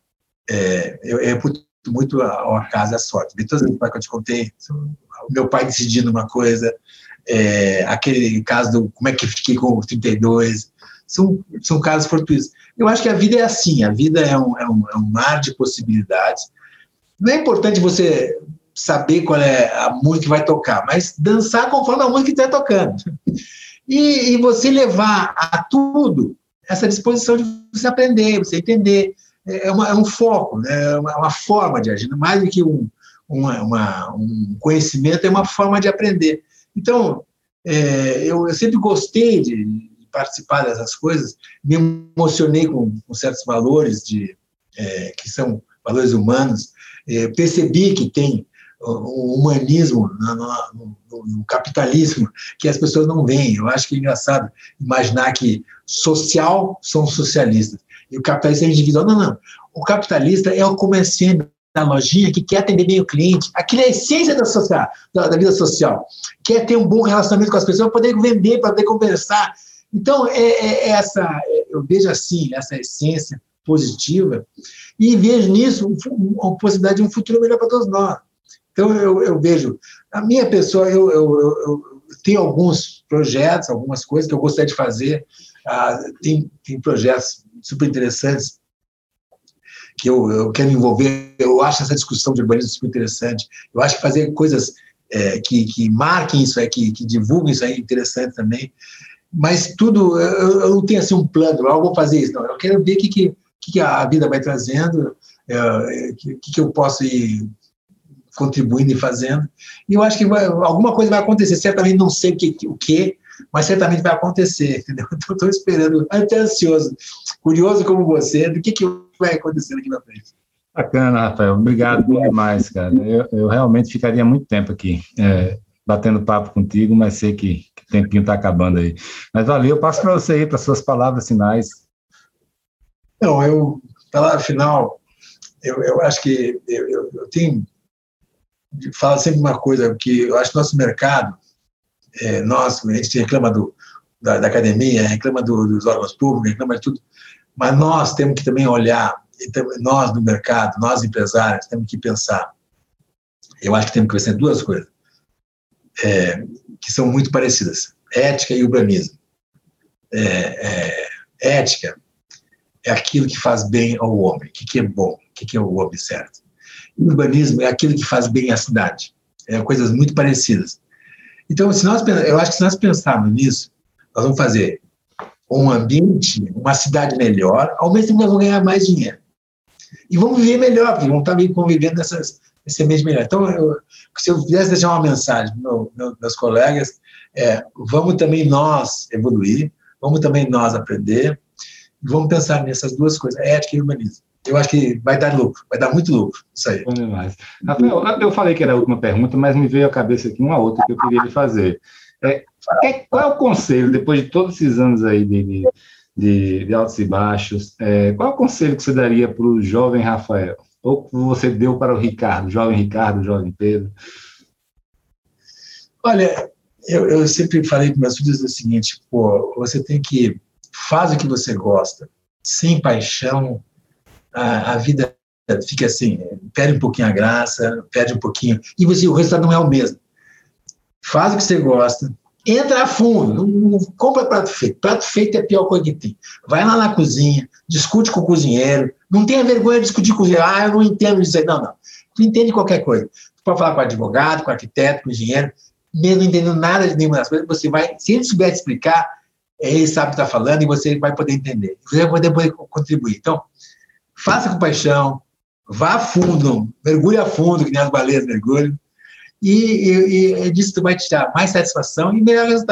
é, eu, é muito ao acaso, a sorte. De todas as coisas que eu te contei, o meu pai decidindo uma coisa, é, aquele caso do como é que eu fiquei com os trinta e dois, são, são casos fortuitos. Eu acho que a vida é assim, a vida é um, é um, é um mar de possibilidades. Não é importante você saber qual é a música que vai tocar, mas dançar conforme a música que está tocando. E, e você levar a tudo essa disposição de você aprender, você entender. É, uma, é um foco, né? é uma, uma forma de agir, mais do que um, uma, uma, um conhecimento, é uma forma de aprender. Então, é, eu, eu sempre gostei de, de participar dessas coisas, me emocionei com, com certos valores, de, é, que são valores humanos, é, percebi que tem o humanismo no, no, no, no capitalismo que as pessoas não veem. Eu acho que é engraçado imaginar que social são socialistas e o capitalista é individual. Não, não. O capitalista é o comerciante da lojinha que quer atender bem o cliente. Aquilo é a essência da, social, da, da vida social. Quer ter um bom relacionamento com as pessoas, para poder vender, para poder conversar. Então, é, é essa, é, eu vejo assim, essa essência positiva e vejo nisso uma possibilidade de um futuro melhor para todos nós. Então, eu, eu vejo, a minha pessoa, eu, eu, eu, eu tenho alguns projetos, algumas coisas que eu gostaria de fazer, ah, tem, tem projetos super interessantes que eu, eu quero me envolver, eu acho essa discussão de urbanismo super interessante, eu acho que fazer coisas é, que, que marquem isso aí, que, que divulguem isso aí, interessante também, mas tudo, eu, eu não tenho assim um plano, eu vou fazer isso, não, eu quero ver o que, que, que a vida vai trazendo, o é, que, que eu posso ir contribuindo e fazendo, e eu acho que vai, alguma coisa vai acontecer, certamente não sei o que, o que mas certamente vai acontecer, entendeu? Então, estou esperando, até ansioso, curioso como você, do que, que vai acontecer aqui na frente. Bacana, Rafael, obrigado demais, cara, eu, eu realmente ficaria muito tempo aqui, é, batendo papo contigo, mas sei que, que o tempinho está acabando aí, mas valeu, eu passo para você aí, para suas palavras finais. Não, eu, palavra final, eu, eu acho que eu, eu, eu tenho fala sempre uma coisa, que eu acho que nosso mercado, é, nós, a gente reclama do, da, da academia, reclama do, dos órgãos públicos, reclama de tudo, mas nós temos que também olhar, então, nós do mercado, nós empresários, temos que pensar, eu acho que temos que pensar em duas coisas, é, que são muito parecidas, ética e urbanismo. É, é, ética é aquilo que faz bem ao homem, o que, que é bom, o que, que é o homem certo. O urbanismo é aquilo que faz bem à cidade. É coisas muito parecidas. Então, se nós, eu acho que se nós pensarmos nisso, nós vamos fazer um ambiente, uma cidade melhor, ao mesmo tempo nós vamos ganhar mais dinheiro. E vamos viver melhor, porque vamos estar convivendo nessas, nesse ambiente melhor. Então, eu, se eu pudesse deixar uma mensagem para meu, meu, meus colegas, é, vamos também nós evoluir, vamos também nós aprender, e vamos pensar nessas duas coisas, ética e urbanismo. Eu acho que vai dar lucro, vai dar muito lucro, isso aí. Bom demais. Rafael, eu falei que era a última pergunta, mas me veio à cabeça aqui uma outra que eu queria lhe fazer. É, qual é o conselho, depois de todos esses anos aí de, de, de altos e baixos, é, qual é o conselho que você daria para o jovem Rafael? Ou que você deu para o Ricardo, jovem Ricardo, jovem Pedro? Olha, eu, eu sempre falei para meus filhos o seguinte, pô, você tem que, faz o que você gosta, sem paixão, A, a vida fica assim, perde um pouquinho a graça, perde um pouquinho, e você, o resultado não é o mesmo. Faz o que você gosta, entra a fundo, não, não compra prato feito, prato feito é a pior coisa que tem. Vai lá na cozinha, discute com o cozinheiro, não tenha vergonha de discutir com o cozinheiro, ah, eu não entendo disso aí, não, não. Tu entende qualquer coisa. Tu pode falar com o advogado, com o arquiteto, com o engenheiro, mesmo não entendendo nada de nenhuma das coisas, você vai, se ele souber te explicar, ele sabe o que está falando e você vai poder entender, você vai poder, poder contribuir. Então, faça com paixão, vá a fundo, mergulhe a fundo, que nem as baleias mergulham, e, e, e disso tu vai te dar mais satisfação e melhor resultado.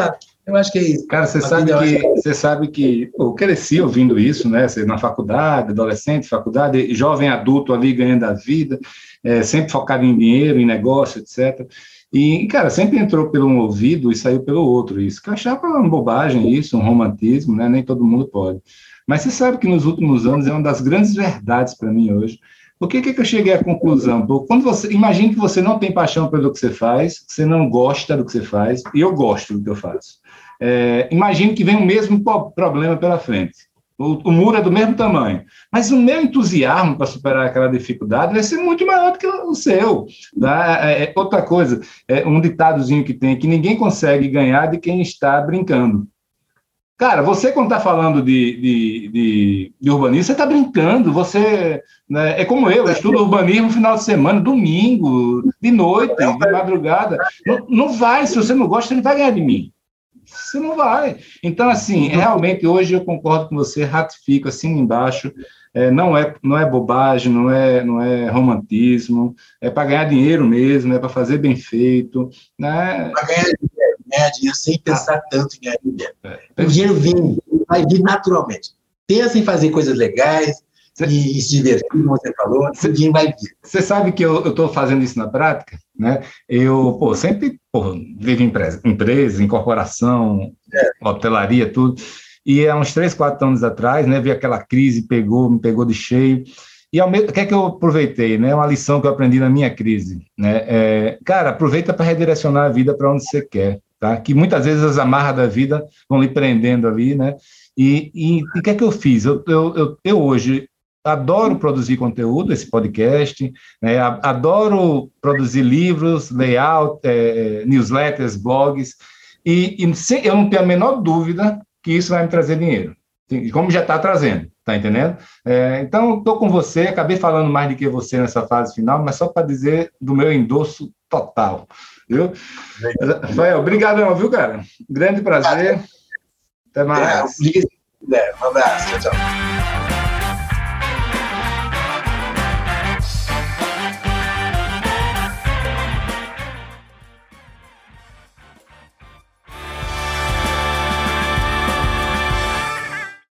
Eu acho que é isso. Cara, você sabe que, você sabe que eu cresci ouvindo isso, né? Você, na faculdade, adolescente, faculdade, jovem adulto ali ganhando a vida, é, sempre focado em dinheiro, em negócio, etcétera. E, cara, sempre entrou pelo um ouvido e saiu pelo outro. Isso que eu achava uma bobagem, isso, um romantismo, né? Nem todo mundo pode. Mas você sabe que nos últimos anos é uma das grandes verdades para mim hoje. Por que, que eu cheguei à conclusão? Quando você, imagine que você não tem paixão pelo que você faz, você não gosta do que você faz, e eu gosto do que eu faço. É, imagine que vem o mesmo problema pela frente. O, o muro é do mesmo tamanho, mas o meu entusiasmo para superar aquela dificuldade vai ser muito maior do que o seu. Tá? É, outra coisa, é um ditadozinho que tem, que ninguém consegue ganhar de quem está brincando. Cara, você quando está falando de, de, de, de urbanismo, você está brincando, você, né, é como eu, eu estudo urbanismo no final de semana, domingo, de noite, de madrugada. Não, não vai, se você não gosta, você não vai ganhar de mim. Você não vai. Então, assim, realmente, hoje eu concordo com você, ratifico, assim embaixo, é, não, é, não é bobagem, não é, não é romantismo, é para ganhar dinheiro mesmo, é para fazer bem feito. Né? Para ganhar dinheiro, ganhar dinheiro sem pensar ah, tanto em ganhar dinheiro. É. O dinheiro vem, vai vir naturalmente. Pensa em fazer coisas legais, Cê, e, e se divertir, como você falou, o dinheiro vai vir. Você sabe que eu estou fazendo isso na prática? Né? Eu, pô, sempre pô, vivo em empresa, empresa, em corporação, é. hotelaria, tudo. E há uns três, quatro anos atrás, né, vi aquela crise, pegou, me pegou de cheio. E ao mesmo, o que é que eu aproveitei? Né? Uma lição que eu aprendi na minha crise. Né? É, cara, aproveita para redirecionar a vida para onde você quer. Tá? Que muitas vezes as amarras da vida vão lhe prendendo ali. Né? E, e, e o que é que eu fiz? Eu, eu, eu, eu hoje... adoro produzir conteúdo, esse podcast, né? Adoro produzir livros, layout, é, newsletters, blogs, e, e sem, eu não tenho a menor dúvida que isso vai me trazer dinheiro, como já está trazendo, tá entendendo? É, então, estou com você, acabei falando mais do que você nessa fase final, mas só para dizer do meu endosso total, viu? Rafael, obrigadão, viu, cara? Grande prazer. Até mais. É, um abraço, tchau, tchau.